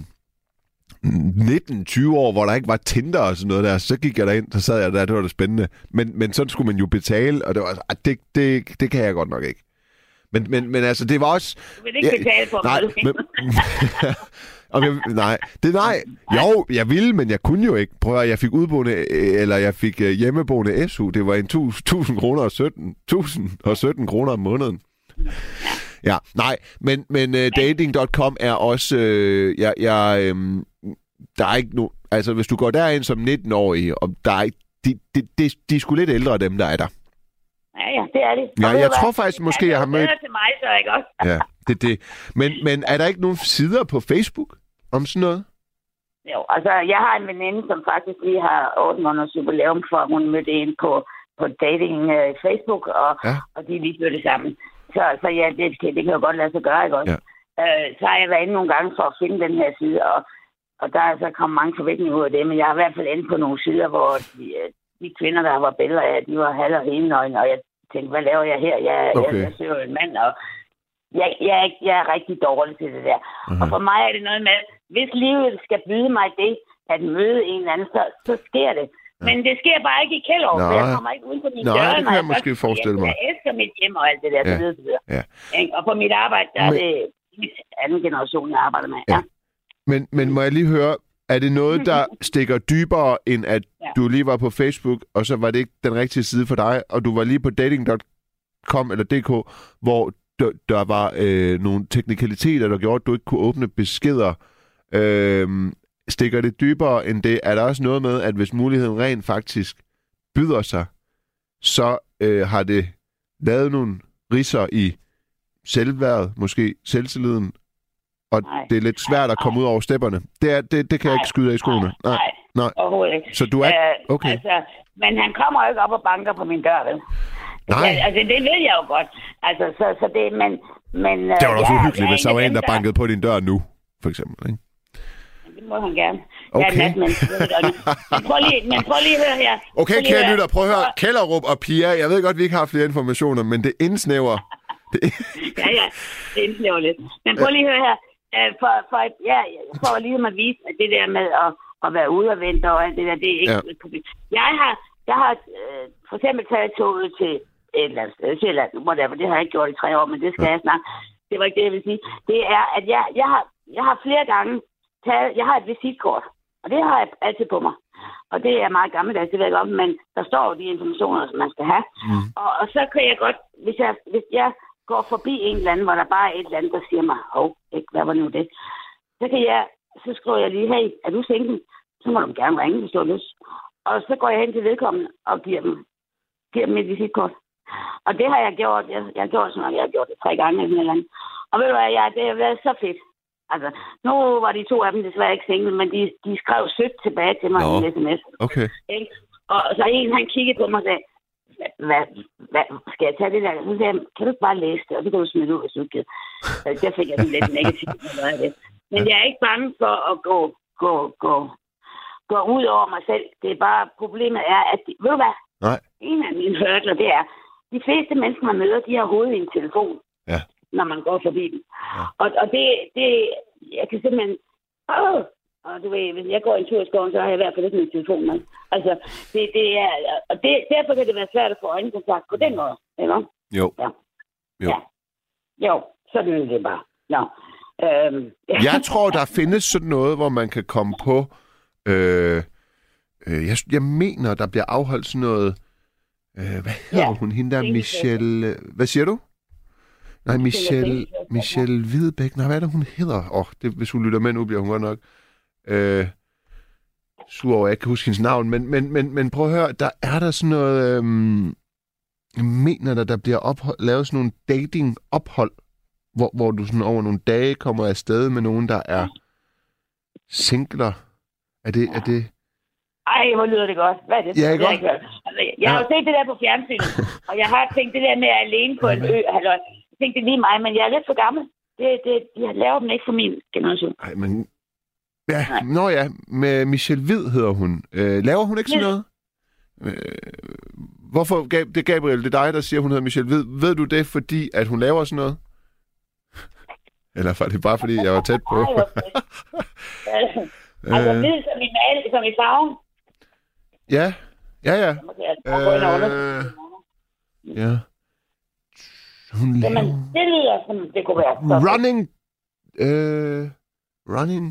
19-20 år, hvor der ikke var Tinder og sådan noget der. Så gik jeg derind, så sad jeg der, det var det spændende. Men så skulle man jo betale, og det var det kan jeg godt nok ikke. Men altså, det var også... Du vil ikke betale for nej. Jo, jeg ville, men jeg kunne jo ikke. Prøv at jeg fik jeg fik hjemmeboende SU. Det var 1.017 kroner om måneden. Ja, nej, men dating.com er også... der er ikke nogen... Altså, hvis du går derind som 19-årig, og der er ikke... De er sgu lidt ældre, dem der er der. Ja, det er det. Ja, jeg tror faktisk, måske jeg har mødt... til mig, så ikke også? Ja, det. Men er der ikke nogen sider på Facebook om sådan noget? Jo, altså, jeg har en veninde, som faktisk lige har 8 måneders jubilæum, for hun mødte en på dating Facebook, og de er lige flyttet sammen. Så ja, det kan jo godt lade sig gøre, ikke også? Ja. Så har jeg været inde nogle gange for at finde den her side, og der er så kommet mange forventninger ud af det, men jeg har i hvert fald inde på nogle sider, hvor de kvinder, der var billeder af, de var halv og helnøgne, og jeg tænkte, hvad laver jeg her? Jeg søger en mand, og jeg er rigtig dårlig til det der. Og for mig er det noget med, hvis livet skal byde mig det, at møde en eller anden, så sker det. Men det sker bare ikke i Kjellerup, for jeg kommer ikke uden for min dør. Nej, det kan jeg måske forestille mig. Jeg elsker mit hjem og alt det der, så videre. Ja. Og på mit arbejde, der er det mit anden generation, jeg arbejder med. Ja. Men må jeg lige høre, er det noget, der stikker dybere, end at du lige var på Facebook, og så var det ikke den rigtige side for dig, og du var lige på dating.com eller .dk, hvor der var nogle teknikaliteter, der gjorde, at du ikke kunne åbne beskeder. Stikker det dybere end det? Er der også noget med, at hvis muligheden rent faktisk byder sig, så har det lavet nogle ridser i selvværdet, måske selvtilliden, og det er lidt svært at komme ud over stepperne. Det kan jeg ikke skyde af i skoene. Nej, overhovedet ikke. Så du er... Okay. Altså, men han kommer jo ikke op og banker på min dør, vel? Nej. Altså, det ved jeg jo godt. Altså, så det... Men det var også uhyggeligt, hvis der var en, der bankede på din dør nu, for eksempel, ikke? Det må han gerne. Okay. Men prøv lige at høre her. Okay, kære lytter, prøv at høre. Kellerup og Pia, jeg ved godt, vi ikke har flere informationer, men det indsnæver. Ja, det indsnæver lidt. Men prøv lige at høre her. For lige at vise, at det der med at være ude og vente og alt det der, det er ikke et problem. Jeg har for eksempel taget toget til et eller andet sted, Sjælland, whatever. Det har jeg ikke gjort i 3 år, men det skal jeg snart. Det var ikke det, jeg vil sige. Det er, at jeg har flere gange jeg har et visitkort, og det har jeg altid på mig. Og det er meget gammeldags, det ved jeg godt, men der står de informationer, som man skal have. Og så kan jeg godt, hvis jeg går forbi en eller anden, hvor der bare er et eller andet, der siger mig, hvad var nu det? Så skriver jeg lige, hey, er du single? Så må du gerne ringe, hvis du har lyst. Og så går jeg hen til vedkommende og giver dem et visitkort. Og det har jeg gjort. Jeg har gjort sådan noget. Jeg har gjort det 3 gange eller andet. Og ved du hvad, det har været så fedt. Altså, nu var de 2 af dem desværre ikke single, men de skrev sødt tilbage til mig i en sms. Okay. Og så en, han kiggede på mig og sagde, hvad skal jeg tage det der? Så sagde jeg, kan du ikke bare læse det? Og så kan du smide ud, hvis du ikke. Der fik jeg sådan lidt negativt af det. Men jeg er ikke bange for at gå ud over mig selv. Det er bare, problemet er, at ved du hvad? Nej. En af mine hurdler, det er, de fleste mennesker, man møder, de har hovedet i en telefon. Ja. Når man går forbi dem. Ja. Og det, jeg kan simpelthen, og du ved, hvis jeg går en tur i skoven, så har jeg i hvert fald ikke min telefon med. Altså, det er, og derfor kan det være svært at få øjenkontakt på den måde, ikke? Jo. Ja. Jo. Ja. Jo, så er det bare. Nå. Jeg tror, der findes sådan noget, hvor man kan komme på, jeg mener, der bliver afholdt sådan noget, hvad hedder hun, hende der, Michelle, hvad siger du? Nej, Michelle Hvidebæk. Nej, hvad er det, hun hedder? Det, hvis hun lytter med nu, bliver hun godt nok sur over, jeg ikke kan huske hendes navn. Men prøv at høre, der sådan noget, jeg mener, der bliver lavet sådan nogle dating-ophold, hvor du sådan over nogle dage kommer afsted med nogen, der er singler. Er det... Ej, hvor lyder det godt. Hvad er det? Ja, ikke godt? Altså, jeg har jo set det der på fjernsynet, og jeg har tænkt det der med at alene på en ø. Jeg tænkte, det er lige mig, men jeg er lidt for gammel. Jeg laver dem ikke for min generation. Nej, men... Ja, nå ja, med Michelle Hvid hedder hun. Laver hun ikke sådan noget? Hvorfor, det er Gabriel, det er dig, der siger, hun hedder Michelle Hvid. Ved du det, fordi at hun laver sådan noget? Eller var det bare, fordi jeg var tæt på? Altså, hvid som i farven? Ja. Ja. Hun laver... Jamen, det lyder, som det kunne være. Running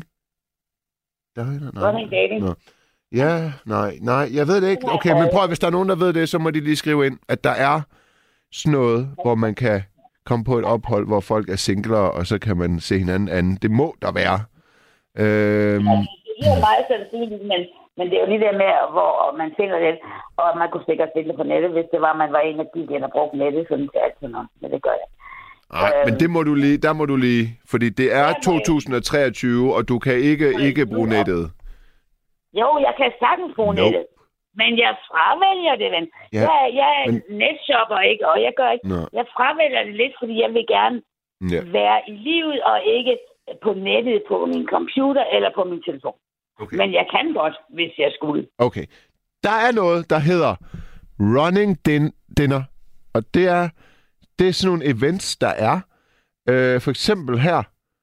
dating. Nå. Ja, nej, jeg ved det ikke. Okay, men prøv, hvis der er nogen, der ved det, så må de lige skrive ind, at der er sådan noget, hvor man kan komme på et ophold, hvor folk er singler, og så kan man se hinanden anden. Det må der være. Det er meget sandsynligt, men det er jo lige det med, hvor man finder det, og man kunne sikkert finde det på nettet, hvis det var, man var en af de, der brugte nettet, sådan til alt sådan noget. Men det gør jeg. Nej, men der må du lige, fordi det er 2023, og du kan ikke bruge nettet. Jo, jeg kan sagtens bruge nettet, men jeg fravælger det, ven. Ja, jeg er netshopper, ikke, og jeg gør ikke. Jeg fravælger det lidt, fordi jeg vil gerne være i livet, og ikke på nettet, på min computer eller på min telefon. Okay. Men jeg kan godt, hvis jeg skulle. Okay. Der er noget, der hedder Running Dinner, og det er sådan nogle events, der er. For eksempel her.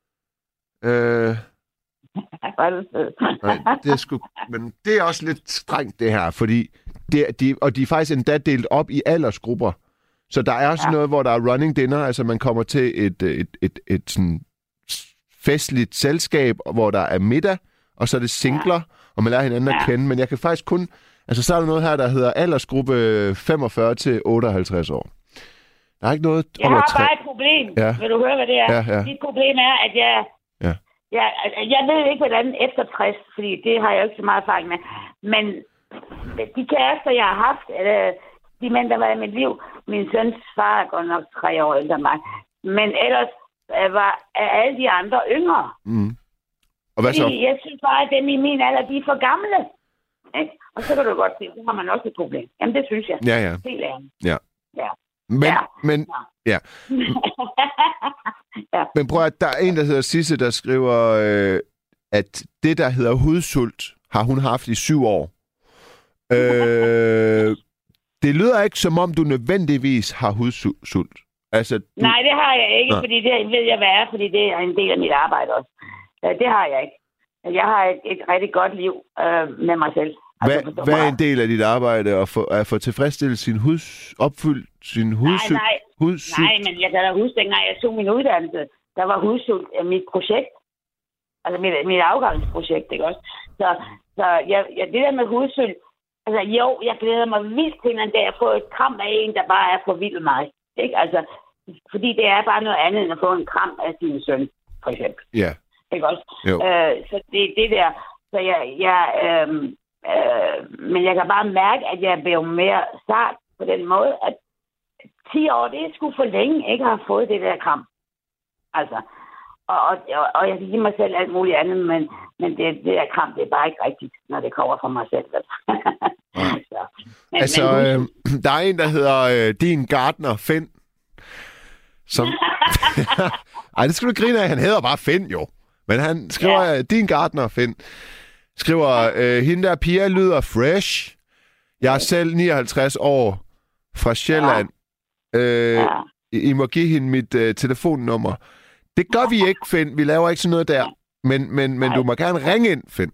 Nej, men det er også lidt strengt, det her, fordi de er faktisk endda delt op i aldersgrupper. Så der er også noget, hvor der er running dinner, altså man kommer til et sådan festligt selskab, hvor der er middag, og så er det singler, og man lærer hinanden at kende. Men jeg kan faktisk kun... Altså, så er der noget her, der hedder aldersgruppe 45 til 58 år. Der er ikke noget... Jeg har bare et problem. Ja. Vil du høre, hvad det er? Ja. Dit problem er, at jeg ved ikke, hvordan efter 60, fordi det har jeg jo ikke så meget erfaring med. Men de kærester, jeg har haft, de mænd, der var i mit liv, min søns far er godt nok 3 år ældre end mig, men ellers er alle de andre yngre. Mm. Og hvad så? Jeg synes bare, at dem i min alder, de er for gamle. Ikke? Og så kan du godt se, så har man også et problem. Jamen, det synes jeg. Ja. Helt ærligt. Ja. Men prøv at der er en, der hedder Sisse, der skriver, at det, der hedder hudsult, har hun haft i 7 år. Det lyder ikke, som om du nødvendigvis har hudsult. Altså, Nej, det har jeg ikke, fordi det ved jeg, hvad er, fordi det er en del af mit arbejde også. Det har jeg ikke. Jeg har et rigtig godt liv med mig selv. Hvad er en del af dit arbejde at få tilfredsstillet opfyldt sin hudsult? Nej, men jeg kan da huske, dengang jeg tog min uddannelse, der var hudsult mit projekt. Altså mit afgangsprojekt, ikke også? Så det der med hudsult, altså jo, jeg glæder mig vildt til en dag at få et kram af en, der bare er for vild mig. Ikke? Altså, fordi det er bare noget andet end at få en kram af sin søn, for eksempel. Ja. Yeah. Ikke også? Så det der, så men jeg kan bare mærke, at jeg bliver mere sart på den måde, at 10 år, det er sgu for længe, ikke har fået det der kram. Altså, og jeg kan give mig selv alt muligt andet, men det der kram, det er bare ikke rigtigt, når det kommer fra mig selv. Der er en, der hedder din gartner, Finn, som... Ej, det skal du grine af. Han hedder bare Finn, jo. Men han skriver, din gartner, Finn, skriver, hende der Pia lyder fresh. Jeg er selv 59 år fra Sjælland. I må give hende mit telefonnummer. Det gør vi ikke, Finn. Vi laver ikke sådan noget der. Men du må gerne ringe ind, Finn.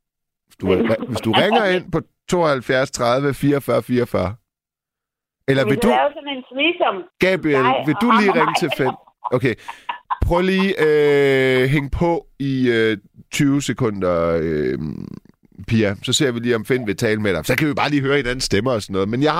Hvis du ringer ind på 72 30 44 44. Eller vil du... lave sådan en threesome. Gabriel, vil du lige ringe til Finn? Okay. Prøv lige hænge på i 20 sekunder, Pia. Så ser vi lige, om Finn vil tale med dig. Så kan vi bare lige høre hinandens stemmer og sådan noget. Men jeg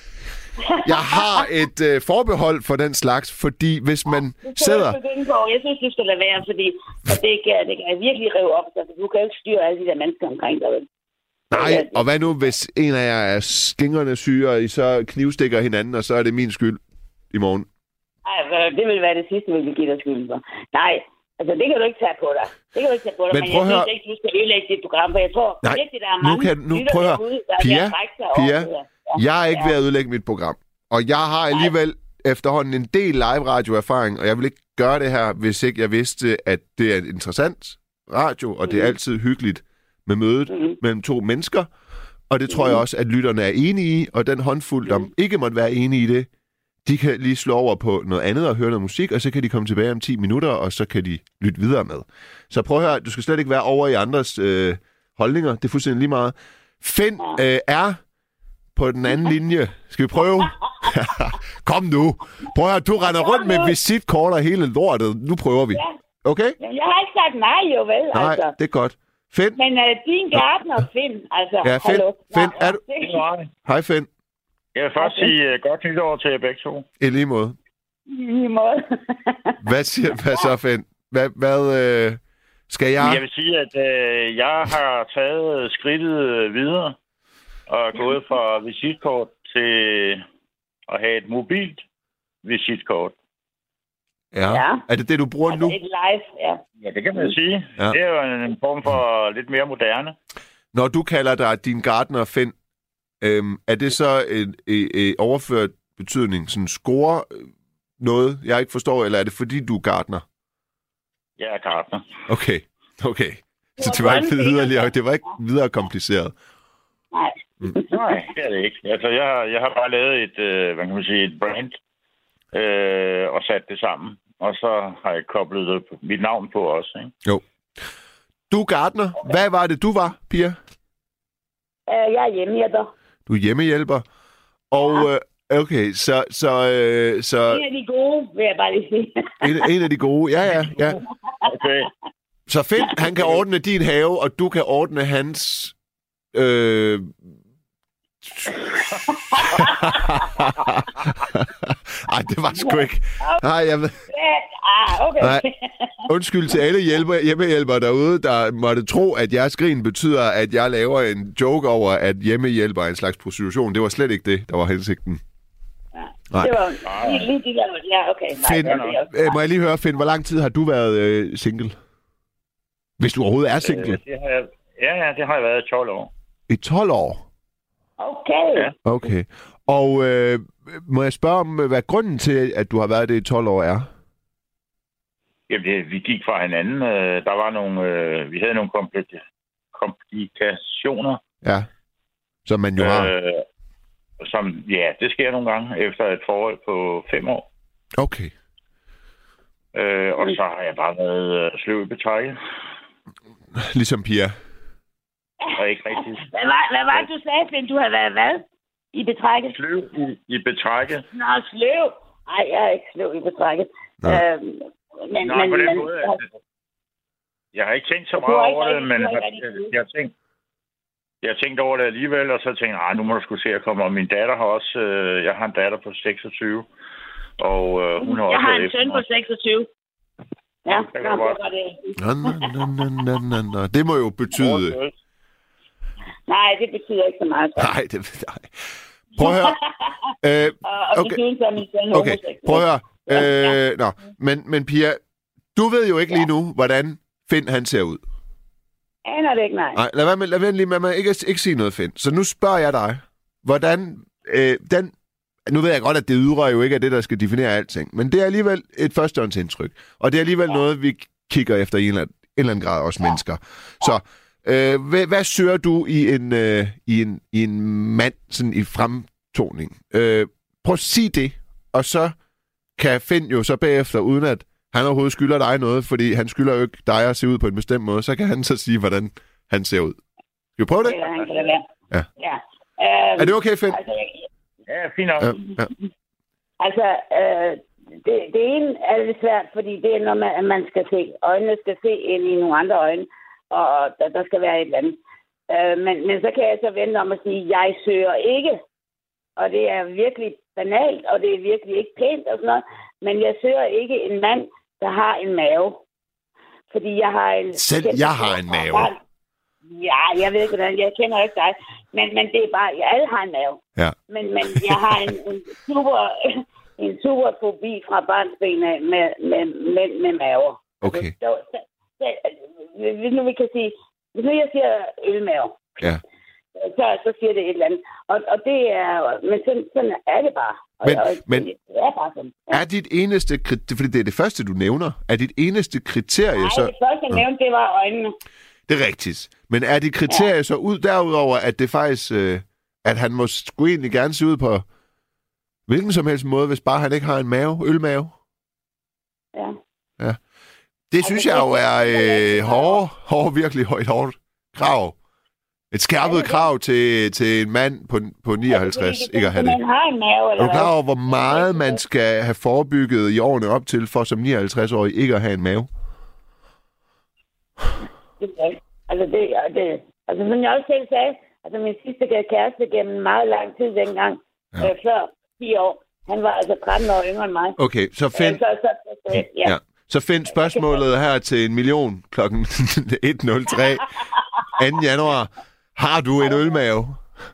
har et forbehold for den slags, fordi hvis man sidder... Jeg synes, du skal lade være, fordi det kan virkelig rive op. Så du kan jo ikke styre alle de der mennesker omkring dig. Nej, og hvad nu, hvis en af jer er skingrende syge, og I så knivstikker hinanden, og så er det min skyld i morgen? Nej, det vil være det sidste, vi vil give dig skylden for. Nej, altså det kan du ikke tage på dig. Men jeg synes ikke, du skal ødelægge dit program, for jeg tror virkelig, der er mange prøv at høre. Pia, jeg er ikke ved at ødelægge mit program. Og jeg har alligevel efterhånden en del live-radio-erfaring, og jeg vil ikke gøre det her, hvis ikke jeg vidste, at det er et interessant radio, og det er altid hyggeligt med mødet mellem to mennesker. Og det tror jeg også, at lytterne er enige i, og den håndfuld, der ikke måtte være enige i det, de kan lige slå over på noget andet og høre noget musik, og så kan de komme tilbage om 10 minutter, og så kan de lytte videre med. Så prøv at høre, du skal slet ikke være over i andres holdninger. Det er fuldstændig lige meget. Finn er på den anden linje. Skal vi prøve? Kom nu. Prøv at høre, du render rundt med visitkort og hele lortet. Nu prøver vi. Okay? Jeg har ikke sagt nej, jo vel? Nej, det er godt. Finn? Men din gartner, Finn, altså... Ja, Finn. Finn, er du... Hej, Finn. Jeg vil først sige godt nytår til jer begge to. I lige måde. I lige måde. Hvad så, Finn? Hvad skal jeg... Jeg vil sige, at jeg har taget skridtet videre og gået fra visitkort til at have et mobilt visitkort. Ja. Er det du bruger nu? Et live, ja. Ja, det kan man sige. Ja. Det er jo en form for lidt mere moderne. Når du kalder dig din gartner, Finn, er det så en overført betydning, sådan score noget, jeg ikke forstår, eller er det fordi, du er gartner? Jeg er gartner. Okay. Så det var ikke videre kompliceret. Nej. Nej, det er det ikke. Altså, jeg har bare lavet et brand, og sat det sammen. Og så har jeg koblet mit navn på også, ikke? Jo. Du er gartner. Hvad var det, du var, Pia? Jeg er hjemmehjælper. Du er hjemmehjælper. Og, okay, så... En af de gode, vil jeg bare lige sige. En af de gode, ja. Okay. Så Finn, han kan ordne din have, og du kan ordne hans... Ej, det var sgu ikke. Nej, okay. Nej. Undskyld til alle hjemmehjælpere derude, der måtte tro, at jeres grin betyder, at jeg laver en joke over, at hjemmehjælper er en slags prostitution. Det var slet ikke det, der var hensigten. Nej. Det var lige de der... Ja, okay. Finn, må jeg lige høre, Finn, hvor lang tid har du været single? Hvis du overhovedet er single. Det har jeg været i 12 år. I 12 år? Okay. Ja. Okay. Og må jeg spørge om, hvad grunden til, at du har været det i 12 år er? Jamen, vi gik fra hinanden. Der var vi havde nogle komplikationer. Ja, som man jo har. Det sker nogle gange efter et forhold på 5 år. Okay. Og så har jeg bare været sløv i betrækket. Ligesom Pia. Og ikke rigtigt. Hvad var det, du sagde, Finn? Du har været hvad? I betrækket? Sløv i betrækket. Nå, sløv. Nej, jeg er ikke sløv i betrækket. Men på den måde, Jeg har ikke tænkt så meget over det, men jeg har tænkt over det alligevel, og så tænkte jeg, nu må du sgu se at komme. Og min datter har også, jeg har en datter på 26, og hun har også... Jeg har en søn på 26. Ja, det var det. Nå. Det må jo betyde... Nej, det betyder ikke så meget. Nej. Prøv at høre. Okay, prøv at høre. Men Pia, du ved jo ikke lige nu, hvordan Finn han ser ud. Aner det ikke, nej. Nej, lad være lige med mig ikke sige noget, Finn. Så nu spørger jeg dig, hvordan nu ved jeg godt, at det ydre jo ikke er det, der skal definere alting, men det er alligevel et førstehåndsindtryk. Og det er alligevel noget, vi kigger efter i en eller anden grad, os mennesker. Så hvad søger du i en mand sådan i fremtoning? Prøv at sige det, og så kan Finn jo så bagefter, uden at han overhovedet skylder dig noget, fordi han skylder jo ikke dig at se ud på en bestemt måde, så kan han så sige, hvordan han ser ud. Skal vi prøve det? Ja, han kan det være. Ja. Er det okay, Finn? Altså, ja, fint nok. Ja. Altså, det ene er lidt svært, fordi det er, når man skal se. Øjnene skal se ind i nogle andre øjne, og der skal være et eller andet. Men så kan jeg så vende om at sige, jeg søger ikke. Og det er virkelig banalt, og det er virkelig ikke pænt og sådan noget. Men jeg søger ikke en mand, der har en mave. Fordi jeg har en... Selv jeg har en mave. Ja, jeg ved ikke, hvordan. Jeg kender ikke dig. Men det er bare... Alle har en mave. Ja. Men jeg har en super fobi fra barnsben af med maver. Okay. Hvis nu vi kan sige... Hvis nu jeg siger ølmave, så siger det et eller andet. Og det er... Men sådan er det bare. Men det er bare sådan. Ja. Er dit eneste... Fordi det er det første, du nævner. Er dit eneste kriterie så... Nej, det første, jeg nævnte, det var øjnene. Det er rigtigt. Men er dit kriterie så derudover, at det faktisk... at han må sgu egentlig gerne se ud på hvilken som helst måde, hvis bare han ikke har en ølmave? Ja. Det synes jeg jo er virkelig hårdt krav. Et skærpet krav til en mand på 59, ikke at have det. Er du klar over, hvor meget man skal have forebygget i årene op til, for som 59-årig ikke at have en mave? Altså, som jeg også selv sagde, altså min sidste kæreste gennem meget lang tid dengang, før 10 år, han var altså 13 år yngre end mig. Okay, så find... Så find spørgsmålet her til 1 million klokken 1.03 2. januar. Har du en ølmave?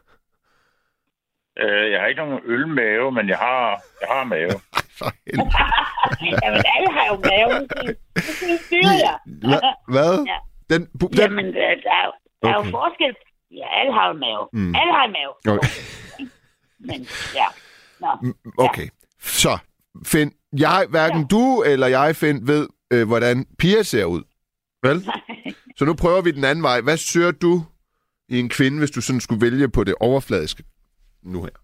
Jeg har ikke nogen ølmave, men jeg har mave. Jamen, alle har jo mave. Det styrer jeg. Hvad? Ja. Jamen, der er jo forskel. Ja, alle har jo mave. Alle har en mave. Okay. Men, ja. Nå. Okay. Så, Finn, hverken du eller jeg, Finn, ved, hvordan Pia ser ud. Vel? Så nu prøver vi den anden vej. Hvad søger du i en kvinde, hvis du sådan skulle vælge på det overfladiske nu her?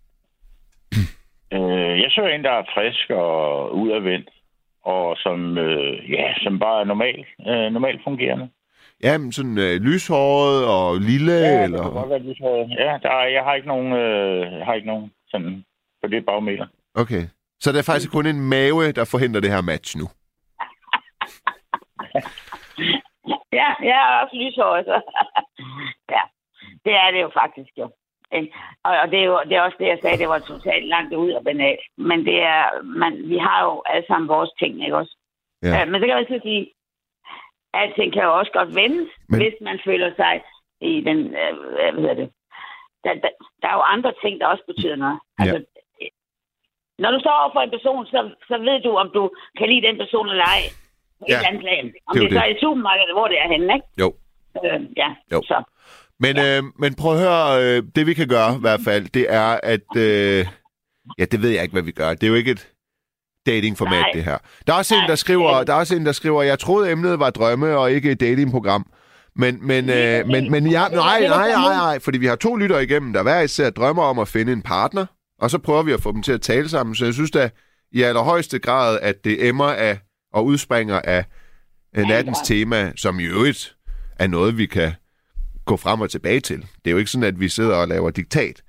Jeg søger en, der er frisk og udadvendt, og som bare er normalt fungerende. Jamen, sådan lyshåret og lille, ja, eller... Ja, det kan godt være lyshåret. Ja, jeg har ikke nogen sådan på det bagmeter. Okay. Så det er faktisk kun en mave, der forhindrer det her match nu? Ja, jeg er også lyshåret, så... Ja, det er det jo faktisk jo. Og det er også det, jeg sagde, det var totalt langt ud og banalt. Men det er... vi har jo alle sammen vores ting, ikke også? Ja. Men så kan man så sige, alting kan jo også godt vendes, hvis man føler sig i den... hvad hedder det? Der er jo andre ting, der også betyder noget. Altså, når du står over for en person, så ved du, om du kan lide den person eller ej. På et eller andet plan. Om det så er i supermarkedet, hvor det er henne, ikke? Jo. Jo. Så. Men prøv at høre, det vi kan gøre i hvert fald, det er, at... det ved jeg ikke, hvad vi gør. Det er jo ikke et datingformat, det her. Der er også en, der skriver, jeg troede, emnet var drømme og ikke et datingprogram. Men nej, fordi vi har 2 lyttere igennem, der hver især drømmer om at finde en partner, og så prøver vi at få dem til at tale sammen. Så jeg synes da i allerhøjeste grad, at det emmer af og udspringer af nattens tema, som i øvrigt er noget, vi kan gå frem og tilbage til. Det er jo ikke sådan, at vi sidder og laver diktat.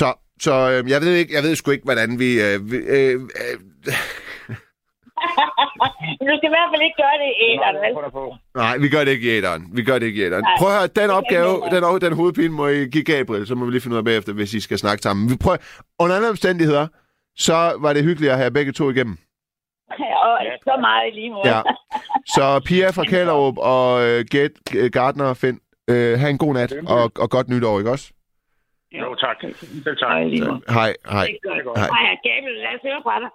Så jeg ved sgu ikke, hvordan vi... Du skal i hvert fald ikke gøre det i æderen, vel? Nej, vi gør det ikke i æderen. Prøv at høre, den opgave, den hovedpine må I give Gabriel, så må vi lige finde ud af bagefter, hvis I skal snakke sammen. Vi prøver, under andre omstændigheder, så var det hyggeligt at have begge to igennem. Og så meget lige måde. Ja. Så Pia fra Kælderup og Gardner Finn, have en god nat og godt nytår, ikke også? Jo, tak. Selv tak. Hej. Hej, Gabriel, lad os høre fra dig.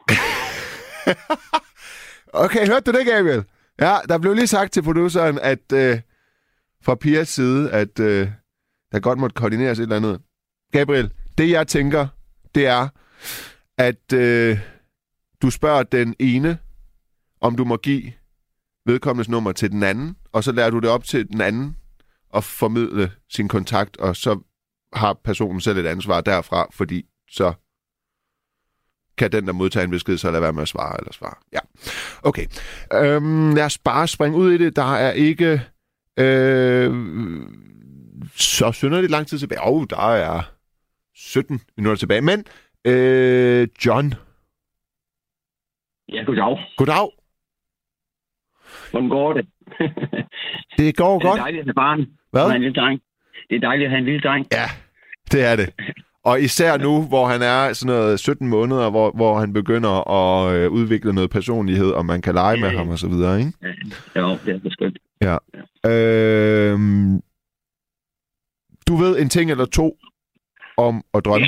Okay, hørte du det, Gabriel? Ja, der blev lige sagt til produceren, at fra Pias side, at der godt måtte koordineres et eller andet. Gabriel, det jeg tænker, det er, at du spørger den ene, om du må give vedkommendes nummer til den anden, og så lærer du det op til den anden og formidle sin kontakt, og så har personen selv et ansvar derfra, fordi så kan den, der modtager en besked, så lade være med at svare eller svare. Ja, okay. Lad os bare springe ud i det. Der er ikke så synderligt lang tid tilbage. Der er 17 minutter tilbage. Men John. Ja, goddag. Goddag. Hvordan går det? Det går godt. Det er dejligt at have barn. Hvad? En lille dreng. Det er dejligt at have en lille dreng. Ja, det er det. Og især nu, hvor han er sådan noget 17 måneder, hvor han begynder at udvikle noget personlighed, og man kan lege med ham og så videre, ikke? Ja, det er skønt. Ja. Du ved en ting eller to om at drømme?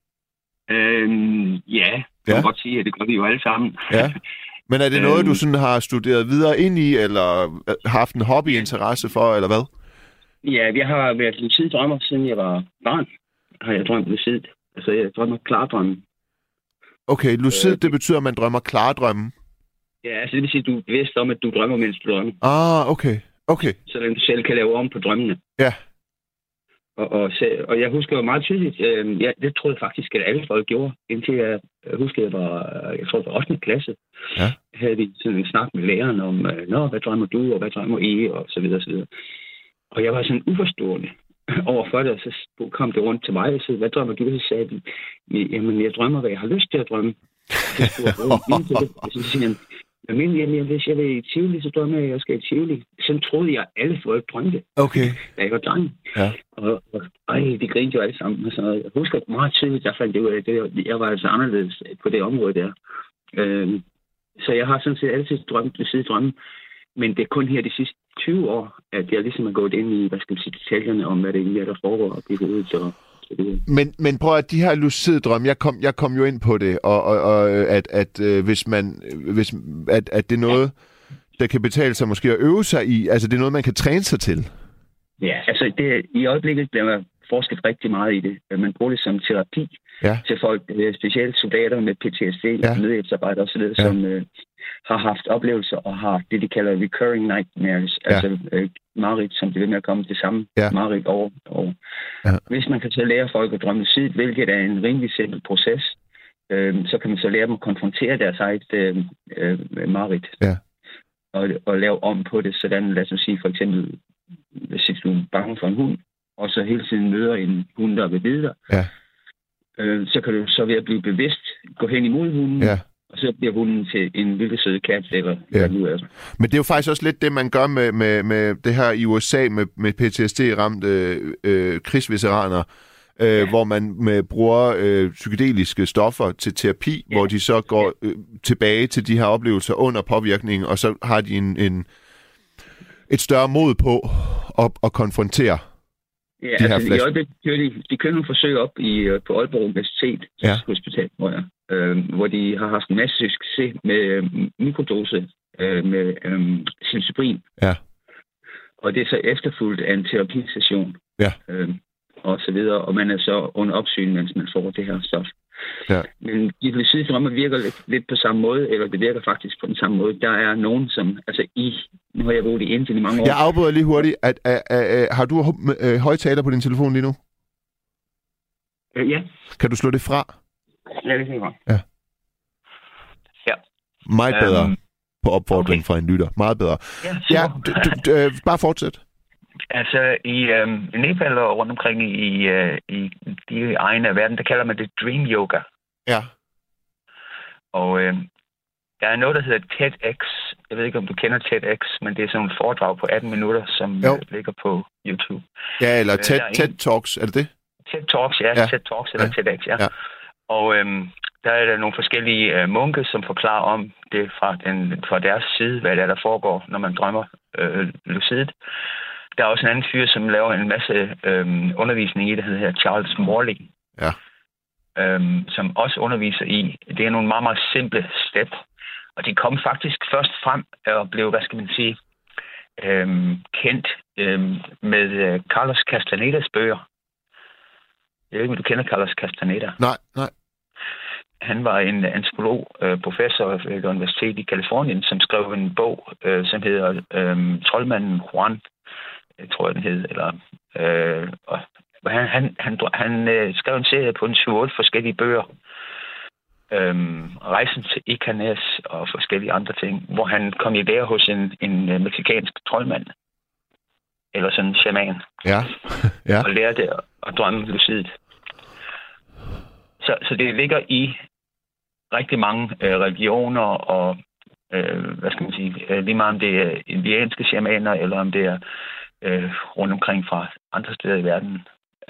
Ja, jeg kan godt sige, at det gør vi jo alle sammen. Ja. Men er det noget, du sådan har studeret videre ind i, eller haft en hobbyinteresse for, eller hvad? Ja, jeg har været lucid drømmer, siden jeg var barn. Har jeg drømt lucid. Altså, jeg drømmer klardrømme. Okay, lucid, det betyder, at man drømmer klardrømme? Ja, altså det vil sige, at du er bevidst om, at du drømmer, mens du drømmer. Okay. Så du selv kan lave om på drømmene. Ja. Og jeg husker jo meget tydeligt, det troede jeg faktisk, at alle folk gjorde, indtil jeg husker, jeg tror, det var 8. klasse. Ja. Havde vi sådan en snak med læreren om, hvad drømmer du, og hvad drømmer I, og så videre, så videre. Og jeg var sådan uforstående overfor det, og så kom det rundt til mig og sagde, hvad drømmer du? Så sagde de, jamen jeg drømmer, hvad jeg har lyst til at drømme. Så siger han, hvis jeg vil i Tivoli, så drømmer jeg jeg skal i Tivoli. Sådan troede jeg, at alle folk drømte, da jeg var dreng. Ja. Og de grinte jo alle sammen. Og sådan noget. Jeg husker meget tydeligt, jeg var altså anderledes på det område der. Så jeg har sådan set altid drømt ved side drømme. Men det er kun her de sidste 20 år, at jeg ligesom er gået ind i, detaljerne om, hvad det egentlig er, der foregår op i hovedet. Men prøv at de her lucide drømme, jeg kom jo ind på det, og at det er noget, der kan betale sig måske at øve sig i, altså det er noget, man kan træne sig til. Ja, altså i øjeblikket bliver forsket rigtig meget i det. Man bruger det som terapi til folk, specielt soldater med PTSD, nødhjælpsarbejdere osv., som har haft oplevelser og har det, de kalder recurring nightmares, altså mareridt, som det vil med at komme til samme mareridt over. Hvis man kan så lære folk at drømme lucid, hvilket er en rimelig simpel proces, så kan man så lære dem at konfrontere deres eget mareridt. Ja. Og lave om på det, sådan lad os sige for eksempel, hvis du er bange for en hund, og så hele tiden møder en hund, der vil bide dig, så kan du så ved at blive bevidst gå hen imod hunden, og så bliver hunden til en lille sød kat, eller hvad nu er. Men det er jo faktisk også lidt det, man gør med det her i USA, med PTSD-ramte krigsveteraner, hvor man bruger psykedeliske stoffer til terapi, hvor de så går tilbage til de her oplevelser under påvirkning, og så har de et større mod på at konfrontere de her flash. De kører nogle forsøg op på Aalborg Universitet Hospital, hvor de har haft en masse succes med mikrodose med psilocybin. Ja. Og det er så efterfulgt af en terapisession. Ja. Og så videre, og man er så under opsyn, mens man får det her stof. Ja. Men de lucide drømme virker lidt på samme måde, eller det virker faktisk på den samme måde. Der er nogen, som, nu har jeg boet i Indien i mange år. Jeg afbryder lige hurtigt. Har du højtaler på din telefon lige nu? Ja. Kan du slå det fra? Ja, det kan jeg. Ja. Meget bedre på opfordring fra en lytter. Meget bedre. Ja, bare fortsæt. Altså i Nepal og rundt omkring i de egne af verden, der kalder man det dream yoga. Ja. Og der er noget, der hedder TEDx Jeg ved ikke, om du kender TEDx, men det er sådan et foredrag på 18 minutter, som ligger på YouTube. Ja, eller TED Talks, er det det? TED Talks, ja. TED Talks eller TEDx, ja. Og der er der nogle forskellige munke, som forklarer om det fra deres side, hvad det er, der foregår, når man drømmer lucidt. Der er også en anden fyr, som laver en masse undervisning i det, der hedder Charles Morley. Ja. Som også underviser i. Det er nogle meget, meget simple step. Og de kom faktisk først frem og blev, kendt med Carlos Castanedas bøger. Jeg ved ikke, om du kender Carlos Castaneda. Nej. Han var en antropolog, professor ved Universitetet i Californien, som skrev en bog, som hedder Troldmanden Juan, tror jeg den hed. Han skrev en serie på 7-8 forskellige bøger. Rejsen til Icanes og forskellige andre ting, hvor han kom i lære hos en mexicansk troldmand. Eller sådan en shaman. Ja. Og lærte at drømme lucidt. Så det ligger i rigtig mange religioner og lige meget om det er indianske shamaner, eller om det er rundt omkring fra andre steder i verden.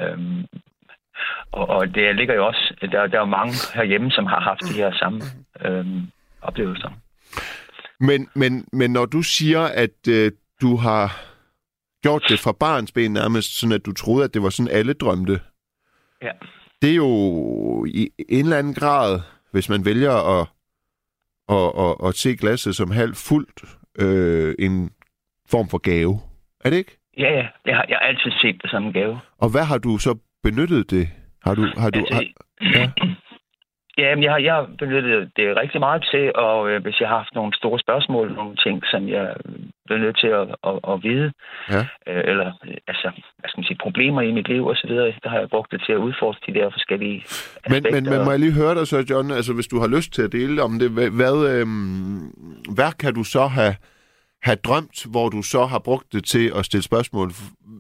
Og det ligger jo også, der er jo mange herhjemme, som har haft de her samme oplevelser. Men når du siger, at du har gjort det fra barnsben nærmest, sådan at du troede, at det var sådan alle drømte. Ja. Det er jo i en eller anden grad, hvis man vælger at se glasset som halvt fuldt, en form for gave. Er det ikke? Ja. Jeg har altid set det som en gave. Og hvad har du så benyttet det? Jamen, jeg har benyttet det rigtig meget til, og hvis jeg har haft nogle store spørgsmål, nogle ting, som jeg bliver nødt til at vide, eller problemer i mit liv og så videre, der har jeg brugt det til at udforske de der forskellige aspekter. Men må jeg lige høre dig så, John, altså hvis du har lyst til at dele om det, hvad kan du så have drømt, hvor du så har brugt det til at stille spørgsmål?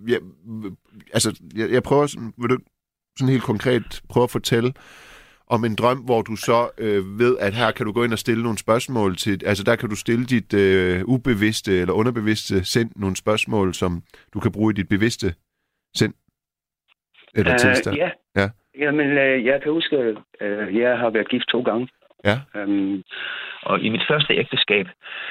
Jeg prøver sådan, vil du sådan helt konkret prøve at fortælle om en drøm, hvor du så ved, at her kan du gå ind og stille nogle spørgsmål til, altså der kan du stille dit ubevidste eller underbevidste sind nogle spørgsmål, som du kan bruge i dit bevidste sind eller tilstand. Ja. Jamen, jeg kan huske, at jeg har været gift 2 gange. Ja. Og i mit første ægteskab,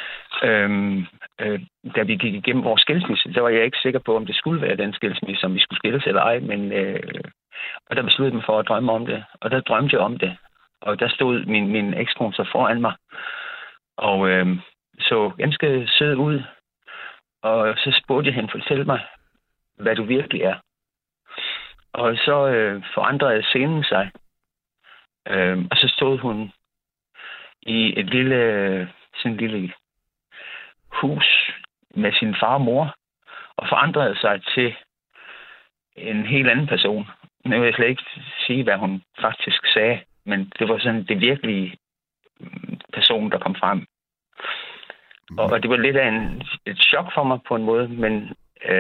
da vi gik igennem vores skilsmisse, så var jeg ikke sikker på, om det skulle være den skilsmisse, som vi skulle skilles eller ej, men og der besluttede jeg mig for at drømme om det, og der drømte jeg om det, og der stod min ekskone så foran mig, og så ganske sød ud, og så spurgte jeg hende, fortæl mig, hvad du virkelig er. Og så forandrede scenen sig, og så stod hun i et lille hus med sin far og mor, og forandrede sig til en helt anden person. Nu vil jeg slet ikke sige, hvad hun faktisk sagde, men det var sådan det virkelige person, der kom frem. Og det var lidt af et chok for mig på en måde, men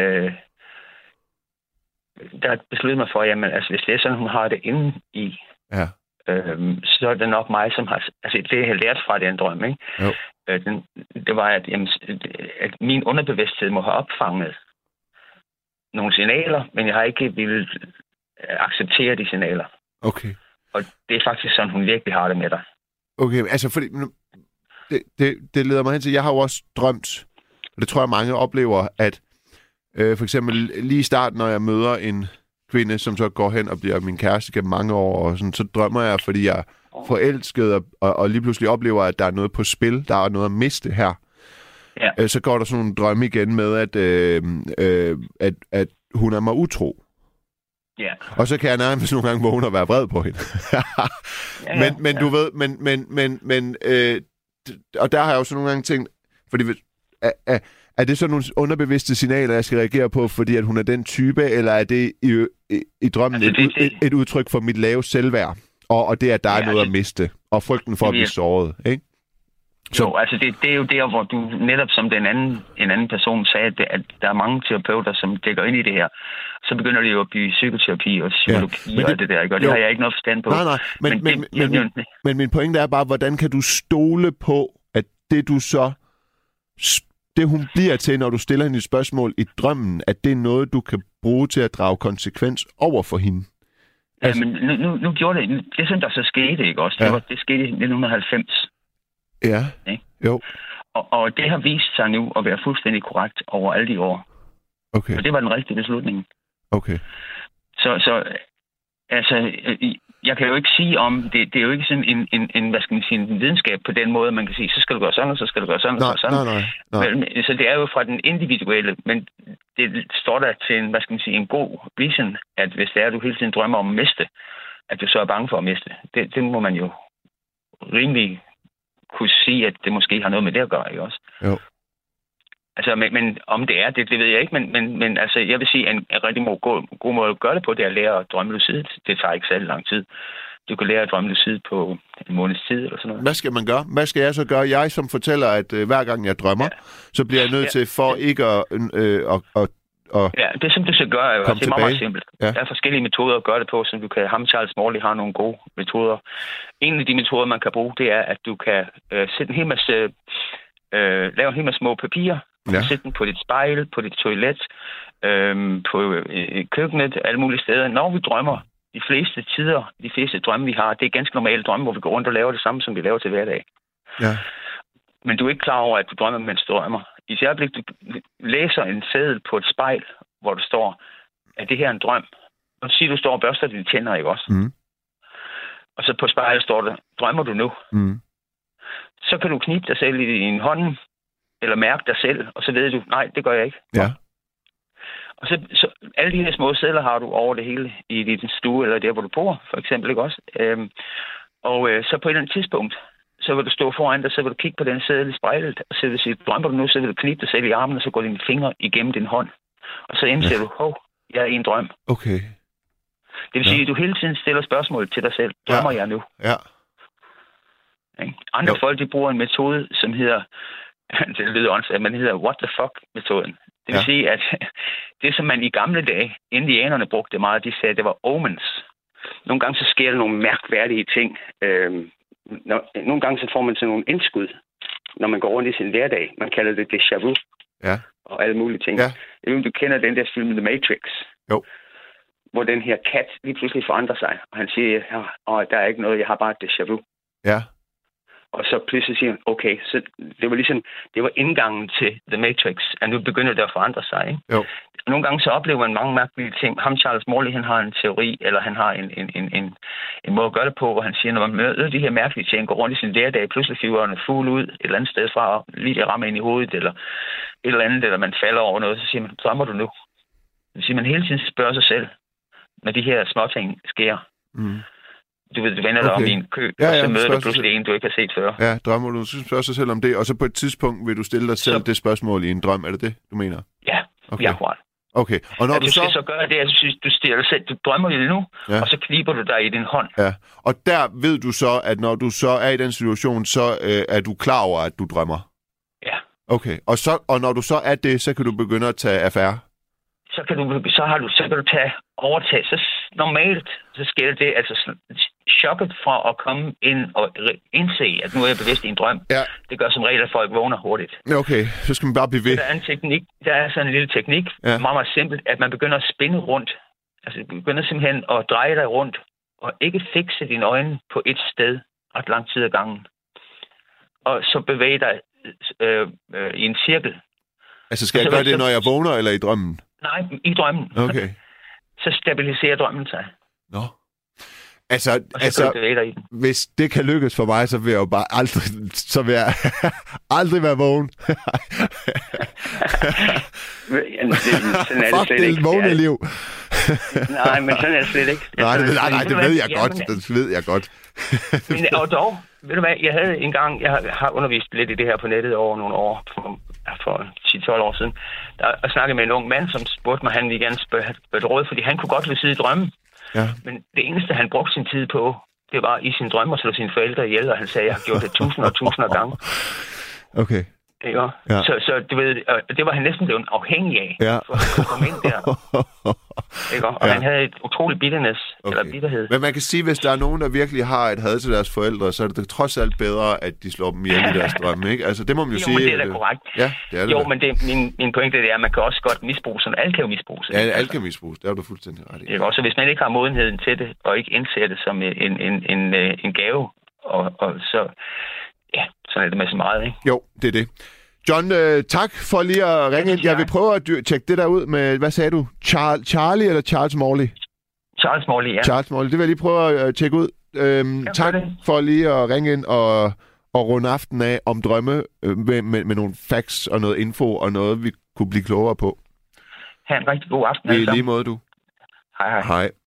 der besluttede mig for, jamen, altså, hvis det er sådan, hun har det inde i, så er det nok mig, som har... Altså, det jeg har lært fra den drøm, ikke? Jo. Det var, at min underbevidsthed må have opfanget nogle signaler, men jeg har ikke ville acceptere de signaler. Okay. Og det er faktisk sådan, hun virkelig har det med dig. Okay, altså fordi... Det leder mig hen til, jeg har jo også drømt, og det tror jeg mange oplever, at for eksempel lige i starten, når jeg møder en kvinde, som så går hen og bliver min kæreste gennem mange år, og sådan, så drømmer jeg, fordi jeg er forelsket, og lige pludselig oplever, at der er noget på spil, der er noget at miste her. Ja. Så går der sådan en drøm igen med, at hun er mig utro. Ja. Og så kan jeg nærmest nogle gange vågne og være vred på hende. Men du ved, og der har jeg jo så nogle gange tænkt, fordi er det så nogle underbevidste signaler, jeg skal reagere på, fordi at hun er den type, eller er det i drømmen altså et udtryk for mit lave selvværd, og det, at der er noget at miste, og frygten for at blive såret, ikke? Så. Jo, altså det er jo der, hvor du netop som en anden person sagde, at der er mange terapeuter, som dækker ind i det her. Så begynder det jo at blive psykoterapi og psykologi og det der, ikke? Og det har jeg ikke noget forstand på. Nej, men min pointe er bare, hvordan kan du stole på, at det du så det hun bliver til, når du stiller hende et spørgsmål i drømmen, at det er noget, du kan bruge til at drage konsekvens over for hende? Altså... Ja, men nu gjorde det... Det er sådan, der så skete, ikke også? Ja. Det skete i 1990. Ja, okay? Jo. Og det har vist sig nu at være fuldstændig korrekt over alle de år. Okay. Og det var den rigtige beslutning. Okay. Så altså... Jeg kan jo ikke sige om, det er jo ikke sådan en hvad skal man sige, en videnskab på den måde, man kan sige, så skal du gøre sådan, og så skal du gøre sådan, og sådan. Nej. Så det er jo fra den individuelle, men det står der til en, hvad skal man sige, en god reason, at hvis det er, at du hele tiden drømmer om at miste, at du så er bange for at miste. Det må man jo rimelig kunne sige, at det måske har noget med det at gøre, ikke også? Jo. Altså, men om det er det ved jeg ikke, men altså, jeg vil sige, at en rigtig god måde at gøre det på, det er at lære at drømme lucidt. Det tager ikke særlig lang tid. Du kan lære at drømme lucidt på en måneds tid, eller sådan noget. Hvad skal man gøre? Hvad skal jeg så gøre? Jeg som fortæller, at hver gang jeg drømmer, så bliver jeg nødt til for ikke at ja, det som du skal gøre, er jo, det er meget, meget simpelt. Ja. Der er forskellige metoder at gøre det på, som du kan... Charles Morley har nogle gode metoder. En af de metoder, man kan bruge, det er, at du kan sætte en hel masse... lave en hel masse små papirer. Ja. Sæt den på dit spejl, på dit toilet, på køkkenet, alle mulige steder. Når vi drømmer, de fleste drømme, vi har, det er ganske normale drømme, hvor vi går rundt og laver det samme, som vi laver til hverdag. Ja. Men du er ikke klar over, at du drømmer, mens du drømmer. I det øjeblik, du læser en seddel på et spejl, hvor der står, at det her er en drøm. Og siger, du står og børster dine tænder, ikke også? Mm. Og så på spejlet står der, drømmer du nu? Mm. Så kan du knibe dig selv i en hånd, eller mærke dig selv, og så ved du, nej, det gør jeg ikke. Ja. Og så alle de her små sedler har du over det hele i din stue, eller der, hvor du bor, for eksempel, ikke også? Så på et eller andet tidspunkt, så vil du stå foran dig, så vil du kigge på den seddel i spejlet, og så vil du sige, drømmer du nu, så vil du knibe dig selv i armen, og så går dine fingre igennem din hånd. Og så indser du, jeg er i en drøm. Okay. Det vil sige, at du hele tiden stiller spørgsmål til dig selv. Drømmer jeg nu? Ja. Andre folk, de bruger en metode, som hedder, det lyder åndssvagt, men det hedder what the fuck-metoden. Det vil sige, at det, som man i gamle dage, indianerne brugte det meget, de sagde, at det var omens. Nogle gange så sker der nogle mærkværdige ting. Nogle gange så får man sådan nogle indskud, når man går rundt i sin hverdag. Man kalder det déjà vu. Ja. Og alle mulige ting. Ja. Jeg ved, du kender den der film The Matrix. Jo. Hvor den her kat lige pludselig forandrer sig. Og han siger, der er ikke noget, jeg har bare déjà vu. Ja. Og så pludselig siger han, okay, så det var indgangen til The Matrix, at nu begynder det at forandre sig, ikke? Jo. Nogle gange så oplever man mange mærkelige ting. Ham, Charles Morley, han har en teori, eller han har en måde at gøre det på, hvor han siger, når man møder de her mærkelige ting, går rundt i sin hverdag, pludselig flyver en fugl ud et eller andet sted fra, og lige rammer ind i hovedet, eller et eller andet, eller man falder over noget, så siger man, drømmer du nu? Det vil sige, man hele tiden spørger sig selv, når de her småting sker. Mm. Du ved, du vender dig om i en kø, og så møder du pludselig en, du ikke har set før. Ja, drømmer du spørger sig selv om det, og så på et tidspunkt vil du stille dig selv det spørgsmål i en drøm. Er det det, du mener? Ja, okay. Ja, akkurat. Okay, og når du skal så gøre det, at du stiller selv, du drømmer jo nu, og så kniber du dig i din hånd. Ja, og der ved du så, at når du så er i den situation, så er du klar over, at du drømmer? Ja. Okay, og når du så er det, så kan du begynde at tage affære? Så kan du overtage. Så normalt, så sker det, altså chokket fra at komme ind og indse, at nu er jeg bevidst i en drøm. Ja. Det gør som regel, at folk vågner hurtigt. Okay, så skal man bare blive ved. Der er sådan en lille teknik, meget, meget simpelt, at man begynder at spinde rundt. Altså, du begynder simpelthen at dreje dig rundt, og ikke fikse dine øjne på et sted ret lang tid ad gangen. Og så bevæge dig i en cirkel. Altså, skal jeg gøre det, når jeg vågner, eller i drømmen? Nej, i drømmen. Okay. Så stabiliserer drømmen sig. Nå. Altså, hvis det kan lykkes for mig, så vil jeg jo bare aldrig være vågen. Fuck det vågne liv. Nej, men sådan er det slet ikke. Nej, det ved jeg godt. Det ved jeg godt. Men og dog, ved du hvad, jeg har undervist lidt i det her på nettet over nogle år, for 10-12 år siden. Der snakkede med en ung mand, som spurgte mig, han ville gerne spørge råd, fordi han kunne godt ville sidde i drømmen. Ja. Men det eneste, han brugte sin tid på, det var i sin drømme at slå sine forældre ihjel, og han sagde, at jeg har gjort det tusinder og tusinder gange. Okay. Ikke? Ja. Så du ved, det var han næsten blevet afhængig af, for at kunne komme ind der. Ikke? Og han havde et utroligt bitterhed. Men man kan sige, hvis der er nogen, der virkelig har et had til deres forældre, så er det trods alt bedre, at de slår dem ihjel i deres drømme, ikke? Altså, det må man jo sige. Men det er da korrekt. Ja, det er det. Jo, men min pointe er, at man kan også godt misbruge sådan. Alt kan jo misbruges. Ja, alt kan misbruges. Det er du fuldstændig ret i. Ikke? Også hvis man ikke har modenheden til det, og ikke indser det som en gave, og så... Ja, sådan er det med så meget, ikke? Jo, det er det. John, tak for lige at ringe ind. Jeg vil prøve at tjekke det der ud med, hvad sagde du? Charlie eller Charles Morley? Charles Morley, ja. Charles Morley, det vil jeg lige prøve at tjekke ud. Tak for lige at ringe ind og runde aften af om drømme med nogle facts og noget info og noget, vi kunne blive klogere på. Ha' en rigtig god aften. I lige måde, du. Hej. Hej.